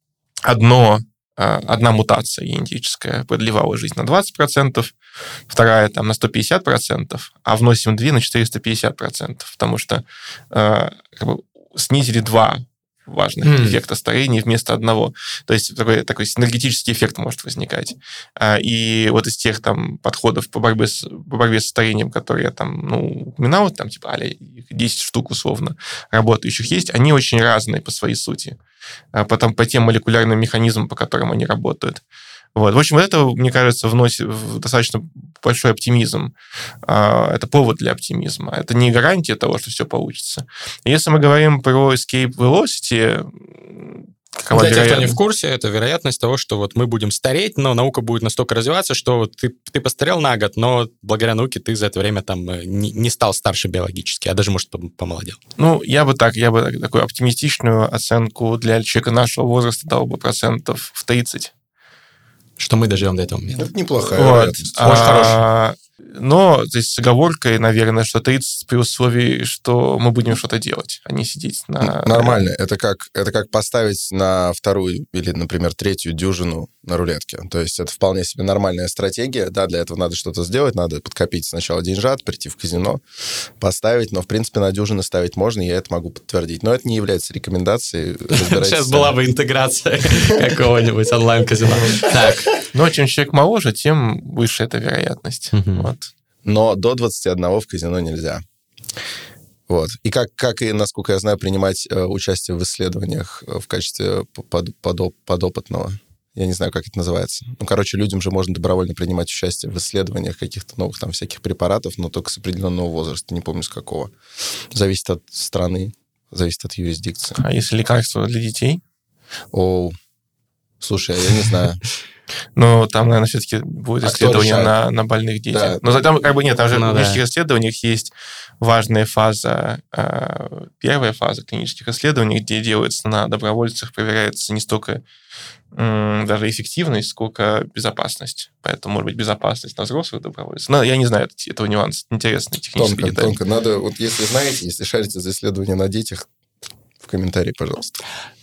одна мутация генетическая продлевала жизнь на 20%, вторая там на 150%, а вносим две на 450%, потому что снизили два важных эффекта старения вместо одного. То есть такой синергетический эффект может возникать. И вот из тех там подходов по борьбе со старением, которые я там, упоминал, там типа 10 штук условно работающих есть, они очень разные по своей сути. Потом по тем молекулярным механизмам, по которым они работают. Вот. В общем, это, мне кажется, вносит достаточно большой оптимизм. Это повод для оптимизма. Это не гарантия того, что все получится. Если мы говорим про escape velocity, для тех, кто не в курсе, это вероятность того, что вот мы будем стареть, но наука будет настолько развиваться, что ты постарел на год, но благодаря науке ты за это время там не стал старше биологически, а даже, может, помолодел. Я бы такую оптимистичную оценку для человека нашего возраста дал бы процентов в 30. Что мы доживем до этого момента. Это неплохая вероятность. Очень хорошая. Но здесь с оговоркой, наверное, что 30 при условии, что мы будем что-то делать, а не сидеть на... Нормально. Это как поставить на вторую или, например, третью дюжину на рулетке. То есть это вполне себе нормальная стратегия. Да, для этого надо что-то сделать, надо подкопить сначала деньжат, прийти в казино, поставить, но, в принципе, на дюжины ставить можно, и я это могу подтвердить. Но это не является рекомендацией. Сейчас была бы интеграция какого-нибудь онлайн-казино. Так. Но чем человек моложе, тем выше эта вероятность. Вот. Но до 21 в казино нельзя. Вот. И как и, насколько я знаю, принимать участие в исследованиях в качестве подопытного. Я не знаю, как это называется. Людям же можно добровольно принимать участие в исследованиях каких-то новых там всяких препаратов, но только с определенного возраста, не помню с какого. Зависит от страны, зависит от юрисдикции. А если лекарства для детей? Слушай, я не знаю. Но там, наверное, все-таки будет исследование на больных детях. Да. Но там там же в клинических исследованиях есть важная фаза, первая фаза клинических исследований, где делается на добровольцах, проверяется не столько даже эффективность, сколько безопасность. Поэтому, может быть, безопасность на взрослых добровольцев. Но я не знаю этого нюанса. Интересный технический деталь. Тонко. Надо, вот если знаете, если шарите за исследования на детях, в комментарии, пожалуйста.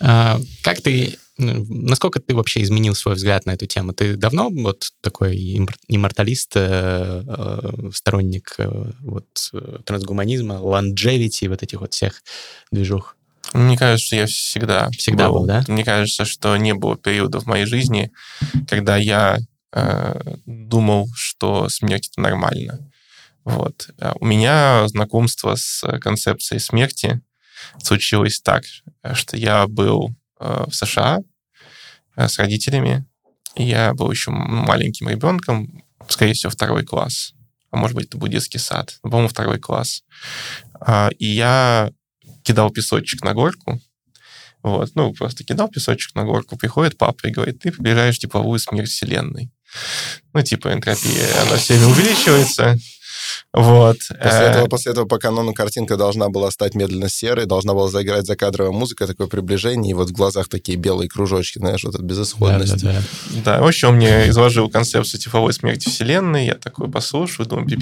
Насколько ты вообще изменил свой взгляд на эту тему? Ты давно вот такой имморталист, сторонник трансгуманизма, longevity, вот этих вот всех движух? Мне кажется, что я всегда был, да? Мне кажется, что не было периода в моей жизни, когда я думал, что смерть — это нормально. Вот. У меня знакомство с концепцией смерти случилось так, что я был в США с родителями, и я был еще маленьким ребенком, скорее всего, 2 класс, а может быть, это был детский сад, по-моему, 2 класс. И я кидал песочек на горку, просто кидал песочек на горку, приходит папа и говорит: ты приближаешь тепловую смерть Вселенной. Энтропия, она все время увеличивается. Вот. После этого по канону картинка должна была стать медленно серой, должна была заиграть закадровая музыка, такое приближение, и вот в глазах такие белые кружочки, знаешь, вот эта безысходность. Да, в общем, он мне изложил концепцию тепловой смерти Вселенной, я такой послушаю, думаю, пипец.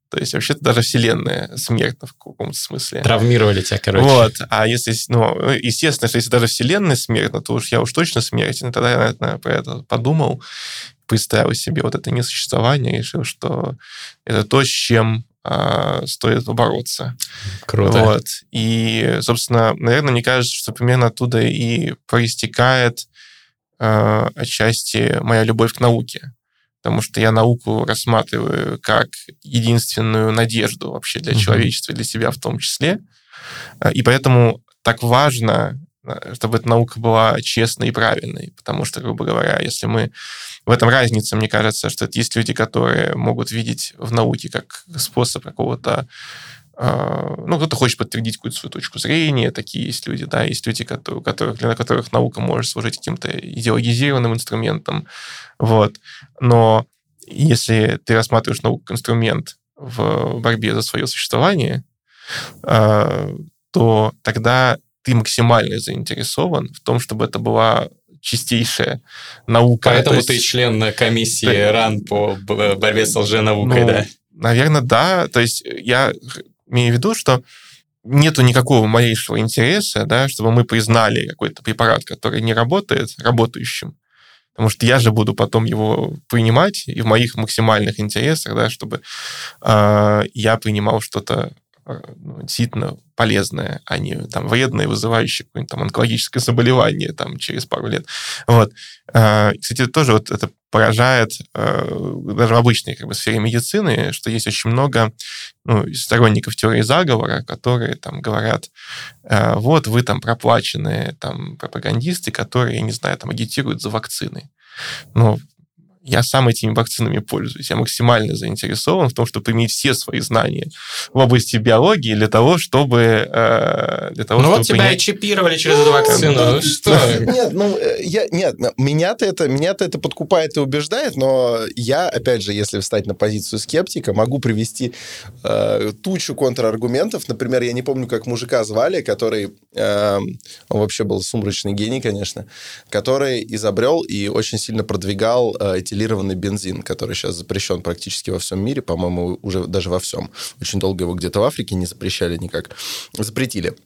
То есть вообще-то даже Вселенная смертна в каком-то смысле. Травмировали тебя, короче. Вот. А если, естественно, что если даже Вселенная смертна, то уж я точно смертен. Тогда я, наверное, про это подумал, представил себе вот это несуществование, решил, что это то, с чем стоит побороться. Круто. Вот. И, собственно, наверное, мне кажется, что примерно оттуда и проистекает отчасти моя любовь к науке. Потому что я науку рассматриваю как единственную надежду вообще для человечества и для себя в том числе. И поэтому так важно, чтобы эта наука была честной и правильной. Потому что, грубо говоря, если мы... В этом разница, мне кажется, что это есть люди, которые могут видеть в науке как способ какого-то... кто-то хочет подтвердить какую-то свою точку зрения, такие есть люди, да, есть люди, для которых наука может служить каким-то идеологизированным инструментом, вот. Но если ты рассматриваешь науку как инструмент в борьбе за свое существование, то тогда ты максимально заинтересован в том, чтобы это была чистейшая наука. Поэтому ты член комиссии РАН по борьбе с лженаукой, да? Наверное, да. То есть я имею в виду, что нету никакого малейшего интереса, да, чтобы мы признали какой-то препарат, который не работает, работающим. Потому что я же буду потом его принимать, и в моих максимальных интересах, да, чтобы я принимал что-то действительно полезное, а не там, вредное, вызывающее какое-нибудь там онкологическое заболевание там, через пару лет. Вот. Кстати, тоже вот это поражает даже в обычной сфере медицины, что есть очень много сторонников теории заговора, которые там говорят, вот вы там проплаченные там, пропагандисты, которые, я не знаю, там агитируют за вакцины. Но я сам этими вакцинами пользуюсь. Я максимально заинтересован в том, чтобы иметь все свои знания в области биологии для того, чтобы... вот тебя и чипировали через эту вакцину. Нет, меня-то это подкупает и убеждает, но я, опять же, если встать на позицию скептика, могу привести тучу контраргументов. Например, я не помню, как мужика звали, который... он вообще был сумрачный гений, конечно, который изобрел и очень сильно продвигал этилированный бензин, который сейчас запрещен практически во всем мире, по-моему, уже даже во всем. Очень долго его где-то в Африке не запрещали никак. Запретили.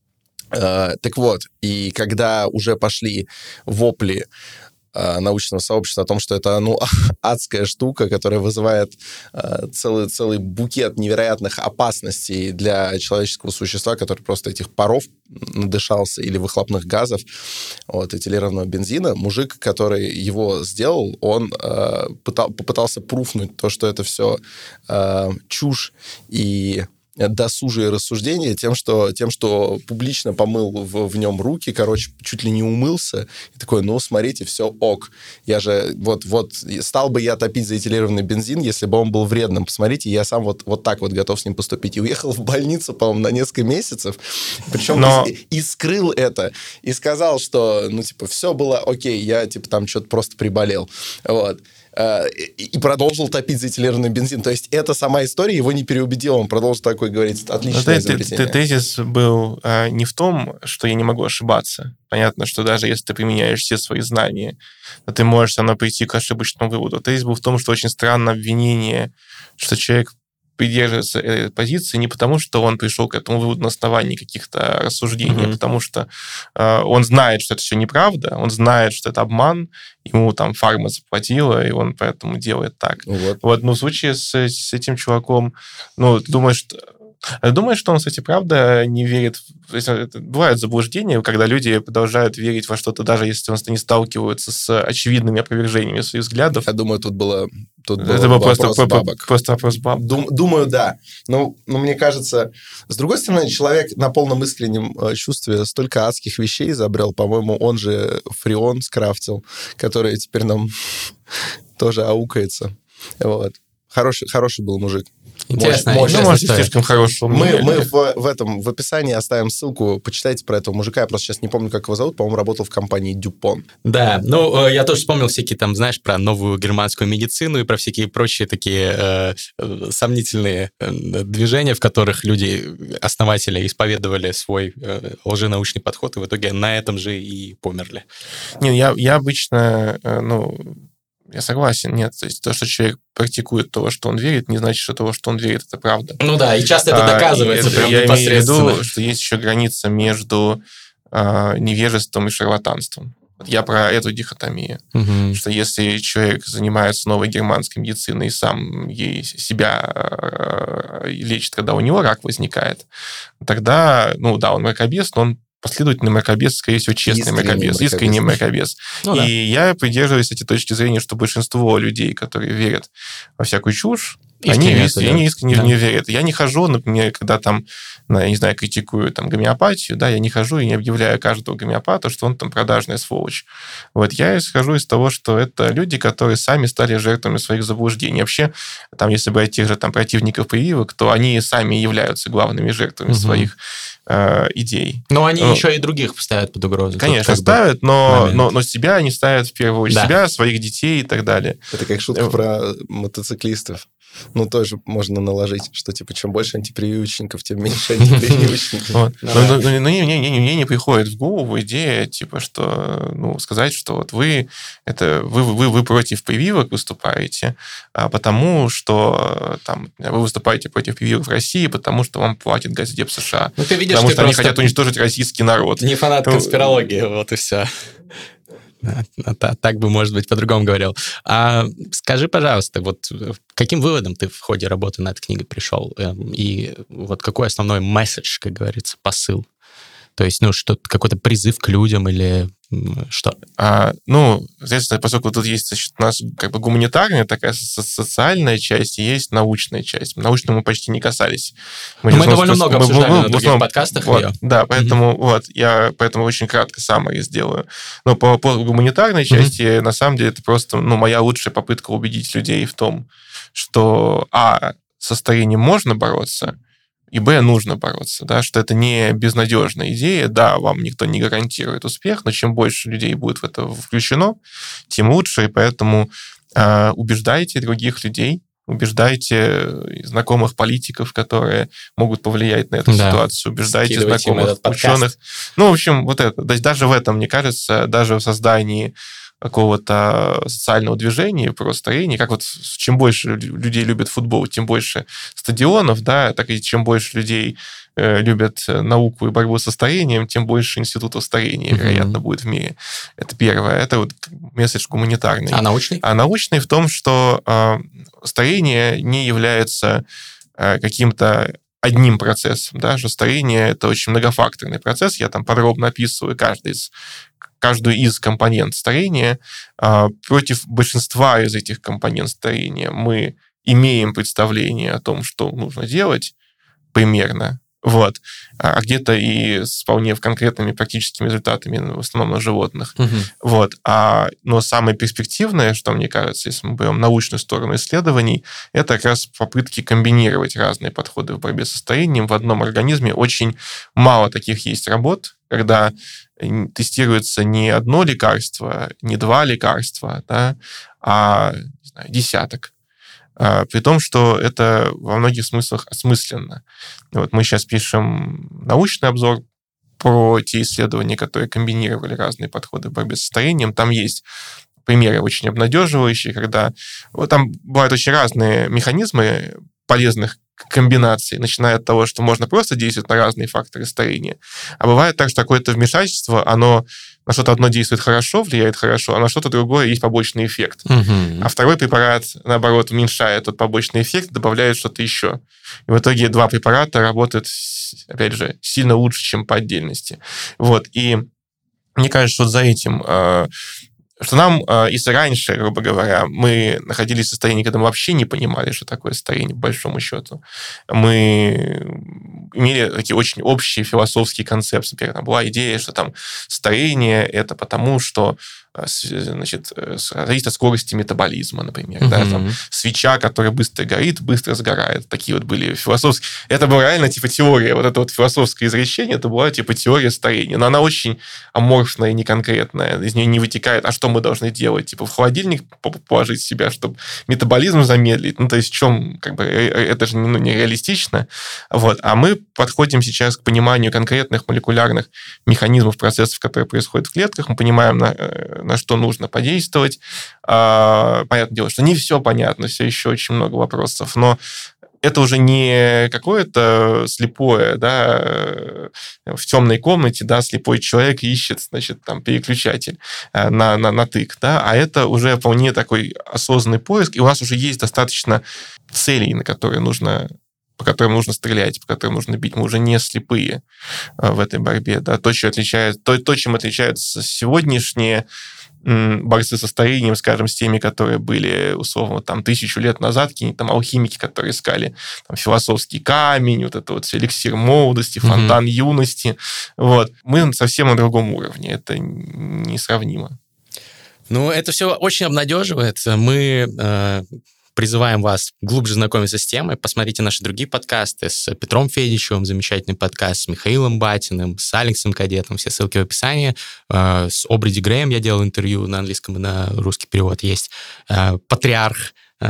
Так вот, и когда уже пошли вопли научного сообщества о том, что это, адская штука, которая вызывает целый букет невероятных опасностей для человеческого существа, который просто этих паров надышался, или выхлопных газов, этилированного бензина. Мужик, который его сделал, он попытался пруфнуть то, что это все чушь и досужие рассуждения тем, что публично помыл в нем руки, чуть ли не умылся, и такой, смотрите, все ок. Я же, стал бы я топить за этилированный бензин, если бы он был вредным. Посмотрите, я сам вот так готов с ним поступить. И уехал в больницу, по-моему, на несколько месяцев, причем и скрыл это, и сказал, что, все было окей, я, там, что-то просто приболел. Вот. И продолжил топить за этилированный бензин. То есть эта сама история его не переубедила. Он продолжил такое говорить. Отличное изобретение. Тезис был не в том, что я не могу ошибаться. Понятно, что даже если ты применяешь все свои знания, то ты можешь все равно прийти к ошибочному выводу. Тезис был в том, что очень странно обвинение, что человек придерживается этой позиции не потому, что он пришел к этому выводу на основании каких-то рассуждений, а потому что он знает, что это все неправда, он знает, что это обман, ему там фарма заплатила, и он поэтому делает так. В случае с этим чуваком, думаешь, что он, кстати, правда не верит... То есть, бывают заблуждения, когда люди продолжают верить во что-то, даже если не сталкиваются с очевидными опровержениями своих взглядов. Я думаю, тут был вопрос бабок. Просто вопрос бабок. Думаю, да. Но мне кажется, с другой стороны, человек на полном искреннем чувстве столько адских вещей изобрел. По-моему, он же фреон скрафтил, который теперь нам тоже аукается. Хороший был мужик. Интересно. Может, слишком хорошего. Мы в описании оставим ссылку, почитайте про этого мужика. Я просто сейчас не помню, как его зовут. По-моему, работал в компании Дюпон. Да, я тоже вспомнил всякие там, знаешь, про новую германскую медицину и про всякие прочие такие сомнительные движения, в которых люди, основатели, исповедовали свой лженаучный подход, и в итоге на этом же и померли. Не, я обычно, Я согласен, нет. То есть то, что человек практикует то, во что он верит, не значит, что то, во что он верит, это правда. Ну да, и часто это доказывается прям непосредственно. Я имею в виду, что есть еще граница между невежеством и шарлатанством. Вот я про эту дихотомию. Что если человек занимается новой германской медициной и сам себя лечит, когда у него рак возникает, тогда, он мракобес, но он последовательный мракобес, скорее всего, честный мракобес, искренний мракобес. Я придерживаюсь этой точки зрения, что большинство людей, которые верят во всякую чушь, они искренне в нее верят. Я не хожу, например, когда там, я не знаю, критикую там гомеопатию, да, я не хожу и не объявляю каждого гомеопата, что он там продажная сволочь. Вот я исхожу из того, что это люди, которые сами стали жертвами своих заблуждений. Вообще, там, если брать тех же там противников прививок, то они сами являются главными жертвами своих идей. Но они еще и других ставят под угрозу. Конечно, ставят, но себя они ставят в первую очередь. Себя, своих детей и так далее. Это как шутка про мотоциклистов. Тоже можно наложить, что, чем больше антипрививочников, тем меньше антипрививочников. Мне не приходит в голову идея, что, сказать, что вот вы против прививок выступаете, потому что вы выступаете против прививок в России, потому что вам платит Госдеп США. Ты видишь, потому что они хотят уничтожить российский народ. Не фанат конспирологии, вот и все. Так бы, может быть, по-другому говорил. А скажи, пожалуйста, вот каким выводом ты в ходе работы над книгой пришел? И вот какой основной месседж, как говорится, посыл? То есть, что-то, какой-то призыв к людям или что? Здесь, поскольку тут есть, у нас как бы гуманитарная такая социальная часть и есть научная часть. Научную мы почти не касались. Мы довольно много обсуждали на других подкастах ее. Да, поэтому я очень кратко summary сделаю. Но по гуманитарной части, на самом деле, это просто моя лучшая попытка убедить людей в том, что, со старением можно бороться, и, нужно бороться, да, что это не безнадежная идея, да, вам никто не гарантирует успех, но чем больше людей будет в это включено, тем лучше, и поэтому убеждайте других людей, убеждайте знакомых политиков, которые могут повлиять на эту ситуацию, убеждайте знакомых ученых. В общем, вот это. То есть даже в этом, мне кажется, даже в создании какого-то социального движения, про старение, как чем больше людей любят футбол, тем больше стадионов, да, так и чем больше людей любят науку и борьбу со старением, тем больше институтов старения, вероятно, будет в мире. Это первое. Это месседж гуманитарный. А научный? А научный в том, что старение не является каким-то одним процессом, да, что старение – это очень многофакторный процесс. Я там подробно описываю каждую из компонент старения. Против большинства из этих компонент старения мы имеем представление о том, что нужно делать примерно. Вот. А где-то и с вполне конкретными практическими результатами, в основном на животных. Вот. Но самое перспективное, что мне кажется, если мы берем научную сторону исследований, это как раз попытки комбинировать разные подходы в борьбе со старением в одном организме. Очень мало таких есть работ, когда тестируется не одно лекарство, не два лекарства, да, а десяток. При том, что это во многих смыслах осмысленно. Вот мы сейчас пишем научный обзор про те исследования, которые комбинировали разные подходы в борьбе со старением. Там есть примеры очень обнадеживающие, когда там бывают очень разные механизмы полезных комбинаций, начиная от того, что можно просто действовать на разные факторы старения. А бывает так, что какое-то вмешательство, оно на что-то одно действует хорошо, влияет хорошо, а на что-то другое есть побочный эффект. А второй препарат, наоборот, уменьшает этот побочный эффект, добавляет что-то еще. И в итоге два препарата работают, опять же, сильно лучше, чем по отдельности. Вот. И мне кажется, что за этим... Что нам, если раньше, грубо говоря, мы находились в состоянии, когда мы вообще не понимали, что такое старение, по большому счету, мы имели такие очень общие философские концепции. Например, там была идея, что там старение – это потому, что зависит от скорости метаболизма, например. Да, там, свеча, которая быстро горит, быстро сгорает. Такие вот были философские... Это была реально теория. Вот это вот философское изречение, это была теория старения. Но она очень аморфная и неконкретная. Из нее не вытекает, а что мы должны делать? В холодильник положить себя, чтобы метаболизм замедлить? То есть в чем... это же нереалистично. Вот. А мы подходим сейчас к пониманию конкретных молекулярных механизмов, процессов, которые происходят в клетках. Мы понимаем, на что нужно подействовать. Понятное дело, что не все понятно, все еще очень много вопросов, но это уже не какое-то слепое, да, в темной комнате, да, слепой человек ищет, значит, там, переключатель на тык, да, а это уже вполне такой осознанный поиск, и у нас уже есть достаточно целей, по которым нужно стрелять, по которым нужно бить. Мы уже не слепые в этой борьбе, да. Чем отличаются сегодняшние борцы со старением, скажем, с теми, которые были, условно, там, 1000 лет назад, какие-нибудь там алхимики, которые искали там, философский камень, вот это вот эликсир молодости, фонтан юности. Вот. Мы совсем на другом уровне. Это несравнимо. Ну, это все очень обнадеживает. Мы призываем вас глубже знакомиться с темой. Посмотрите наши другие подкасты с Петром Федичевым, замечательный подкаст, с Михаилом Батиным, с Алексом Кадетом. Все ссылки в описании. С Обри Ди Грэем я делал интервью на английском и на русский перевод. Есть патриарх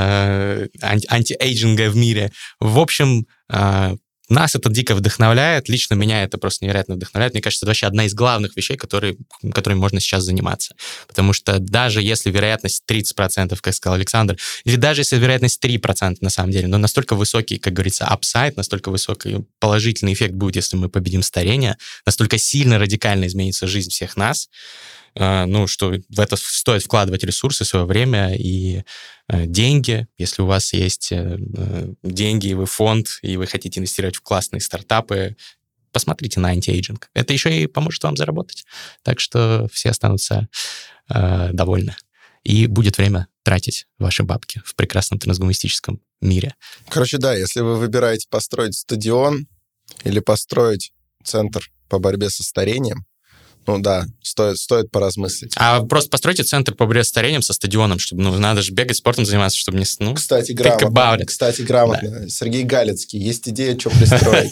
антиэйджинга в мире. В общем, нас это дико вдохновляет. Лично меня это просто невероятно вдохновляет. Мне кажется, это вообще одна из главных вещей, которыми можно сейчас заниматься. Потому что даже если вероятность 30%, как сказал Александр, или даже если вероятность 3% на самом деле, но настолько высокий, как говорится, апсайд, настолько высокий положительный эффект будет, если мы победим старение, настолько сильно, радикально изменится жизнь всех нас, что в это стоит вкладывать ресурсы, свое время и деньги. Если у вас есть деньги, и вы фонд, и вы хотите инвестировать в классные стартапы, посмотрите на антиэйджинг. Это еще и поможет вам заработать. Так что все останутся довольны. И будет время тратить ваши бабки в прекрасном трансгуманистическом мире. Короче, да, если вы выбираете построить стадион или построить центр по борьбе со старением, ну да, стоит поразмыслить. А просто постройте центр по борьбе с старением со стадионом, чтобы, надо же бегать, спортом заниматься, чтобы не... Кстати, грамотно. Да. Сергей Галицкий. Есть идея, что пристроить.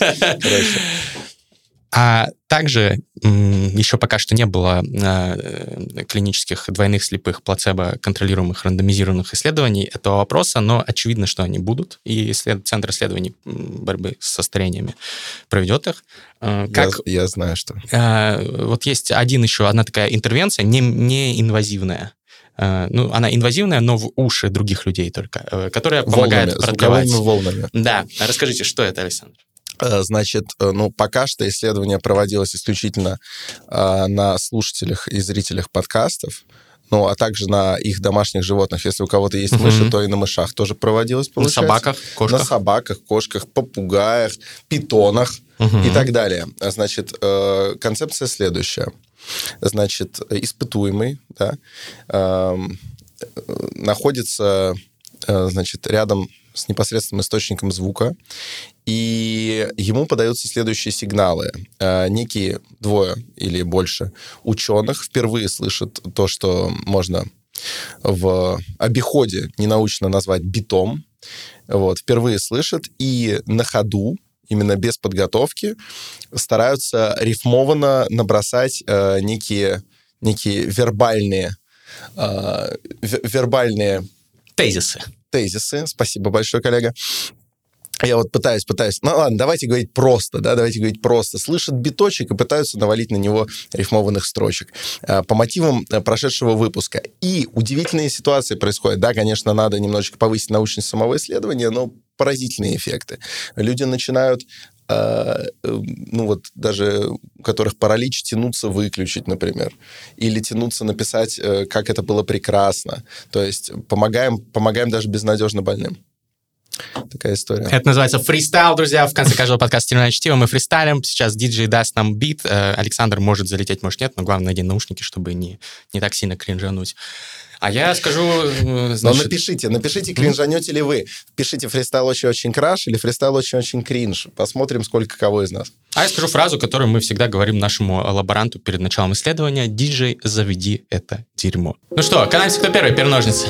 А также еще пока что не было клинических двойных слепых плацебо контролируемых рандомизированных исследований этого вопроса, но очевидно, что они будут, и Центр исследований борьбы со старениями проведет их. Я знаю, что. Вот есть одна такая интервенция, не инвазивная. Она инвазивная, но в уши других людей только, которая помогает продлевать. Волнами. Да. Расскажите, что это, Александр? Значит, пока что исследование проводилось исключительно на слушателях и зрителях подкастов, а также на их домашних животных. Если у кого-то есть мыши, то и на мышах тоже проводилось, получается. На собаках, кошках. На собаках, кошках, попугаях, питонах и так далее. Значит, концепция следующая. Значит, испытуемый, да, находится, значит, рядом с непосредственным источником звука, и ему подаются следующие сигналы. Некие 2 или больше ученых впервые слышат то, что можно в обиходе ненаучно назвать битом. Вот, впервые слышат, и на ходу, именно без подготовки, стараются рифмованно набросать некие вербальные тезисы. Спасибо большое, коллега. Я вот пытаюсь. Ну ладно, давайте говорить просто, да, Слышат биточек и пытаются навалить на него рифмованных строчек по мотивам прошедшего выпуска. И удивительные ситуации происходят. Да, конечно, надо немножечко повысить научность самого исследования, но поразительные эффекты. Люди начинают даже у которых паралич, тянуться выключить, например, или тянуться написать, как это было прекрасно. То есть помогаем даже безнадежно больным. Такая история. Это называется фристайл, друзья. В конце каждого подкаста «Терминальное чтиво» мы фристайлим. Сейчас диджей даст нам бит. Александр может залететь, может нет, но главное, надень наушники, чтобы не так сильно кринжануть. А я скажу... Значит... Но напишите, кринжанете ли вы. Пишите фристайл очень краш или фристайл очень кринж. Посмотрим, сколько кого из нас. А я скажу фразу, которую мы всегда говорим нашему лаборанту перед началом исследования. Диджей, заведи это дерьмо. Ну что, канаемся, кто первый? Переножницы.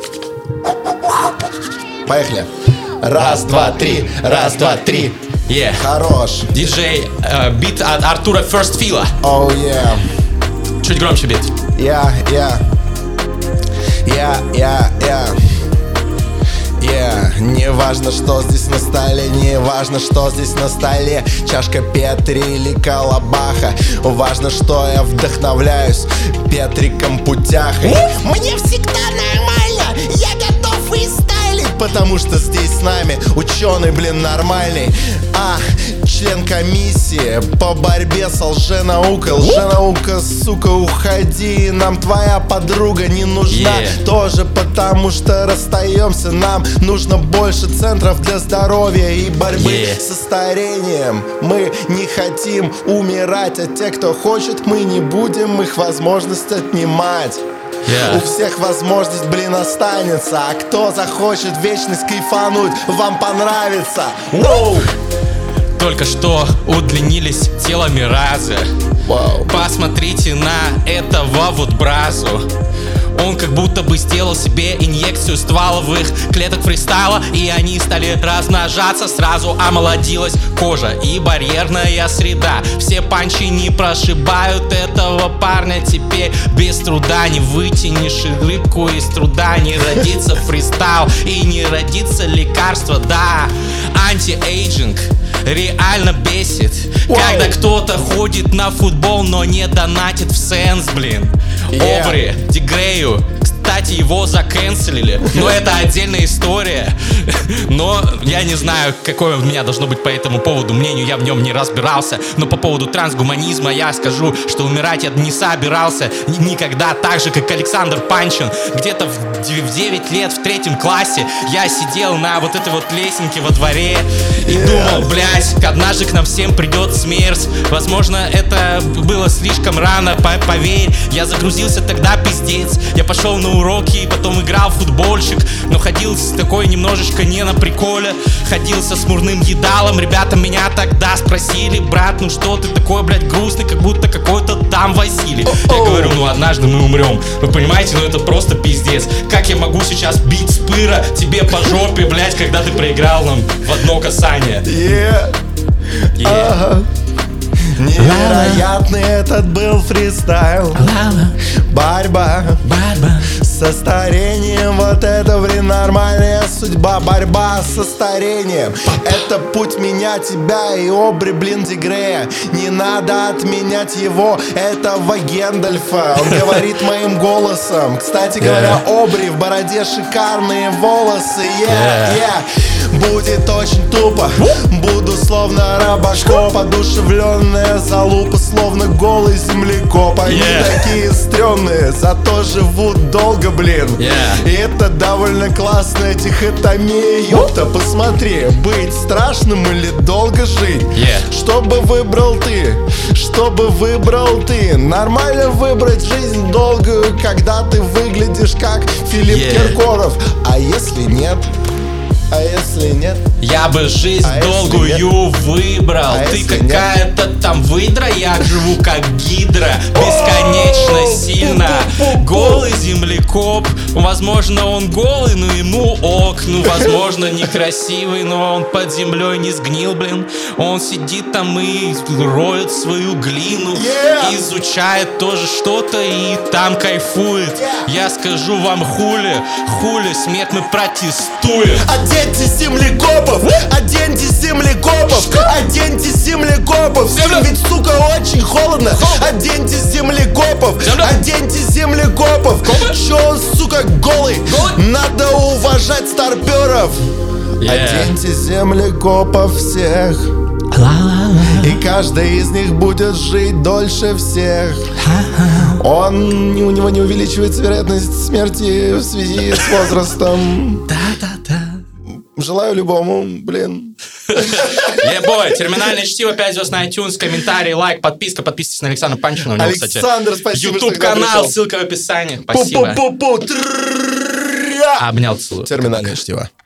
Поехали. Раз, два, три. Раз, два, три. Yeah. Хорош. Диджей, бит от Артура Ферстфила. Oh, yeah. Чуть громче бит. Yeah. Не важно, что здесь на столе, не важно, что здесь на столе. Чашка Петри или колобаха. Важно, что я вдохновляюсь Петриком Путяхой. Мне всегда нормально, я готов фристайлить, потому что здесь с нами ученый, нормальный. Член комиссии по борьбе с лженаукой. Лженаука, сука, уходи, нам твоя подруга не нужна. Тоже потому что расстаемся, нам нужно больше центров для здоровья и борьбы со старением. Мы не хотим умирать, а те, кто хочет, мы не будем их возможность отнимать. У всех возможность, останется. А кто захочет вечность кайфануть, вам понравится. Только что удлинились теломеразы. Посмотрите на этого вот бразу. Он как будто бы сделал себе инъекцию стволовых клеток фристайла, и они стали размножаться. Сразу омолодилась кожа и барьерная среда. Все панчи не прошибают этого парня. Теперь без труда не вытянешь рыбку из труда. Не родится фристайл и не родится лекарство. Да, антиэйджинг реально бесит, когда кто-то ходит на футбол, но не донатит в сенс, Обри Дегрею, кстати, его закэнселили. Но это отдельная история. Но я не знаю, какое у меня должно быть по этому поводу мнение. Я в нем не разбирался. Но по поводу трансгуманизма я скажу, что умирать я не собирался никогда. Так же, как Александр Панчин. Где-то в 9 лет, в 3 классе я сидел на вот этой вот лесенке во дворе и думал, однажды к нам всем придет смерть. Возможно, это было слишком рано, поверь. Я загрузился тогда, пиздец. Я пошел на уроки и потом играл в футбольчик. Но ходил с такой немножечко не на приколе. Ходил со смурным едалом. Ребята меня тогда спросили: брат, ну что ты такой, грустный, как будто какой-то там Василий. Я говорю, однажды мы умрем. Вы понимаете, это просто пиздец. Как я могу сейчас бить Спыра тебе по жопе, когда ты проиграл нам в одно касание? Невероятный этот был фристайл. Борьба со старением. Вот это, нормальная судьба. Борьба со старением. Это путь меня, тебя и Обри, Дегрея. Не надо отменять его, этого Гэндальфа. Он говорит моим голосом. Кстати говоря, Обри, в бороде шикарные волосы. Будет очень тупо. Буду словно Робокоп. Одушевленная залупа, словно голый землекоп. Они такие стрёмные, зато живут долго, И это довольно классная дихотомия. Ёпта, посмотри, быть страшным или долго жить? Что бы выбрал ты? Что бы выбрал ты? Нормально выбрать жизнь долгую, когда ты выглядишь как Филипп Киркоров. А если нет? А если нет? Я бы жизнь долгую выбрал. Ты какая-то там выдра, я живу как гидра. Бесконечно сильно. Голый землекоп. Возможно, он голый, но ему ок. Возможно, некрасивый, но он под землей не сгнил, Он сидит там и роет свою глину. Изучает тоже что-то и там кайфует. Я скажу вам хули, смерть мы протестуем. Оденьте землекопов! Оденьте землекопов! Оденьте землекопов! Всем ведь, сука, очень холодно! Оденьте землекопов! Оденьте землекопов! Чё он, сука, голый? Надо уважать старпёров! Оденьте землекопов всех! И каждый из них будет жить дольше всех. У него не увеличивается вероятность смерти в связи с возрастом. Желаю любому, Ебой, терминальное чтиво, 5 звезд на iTunes, комментарий, лайк, подписка. Подписывайтесь на Александра Панчина. У него, Александр, спасибо, YouTube-канал, ссылка в описании. Спасибо. Обнял, целую. Терминальное чтиво.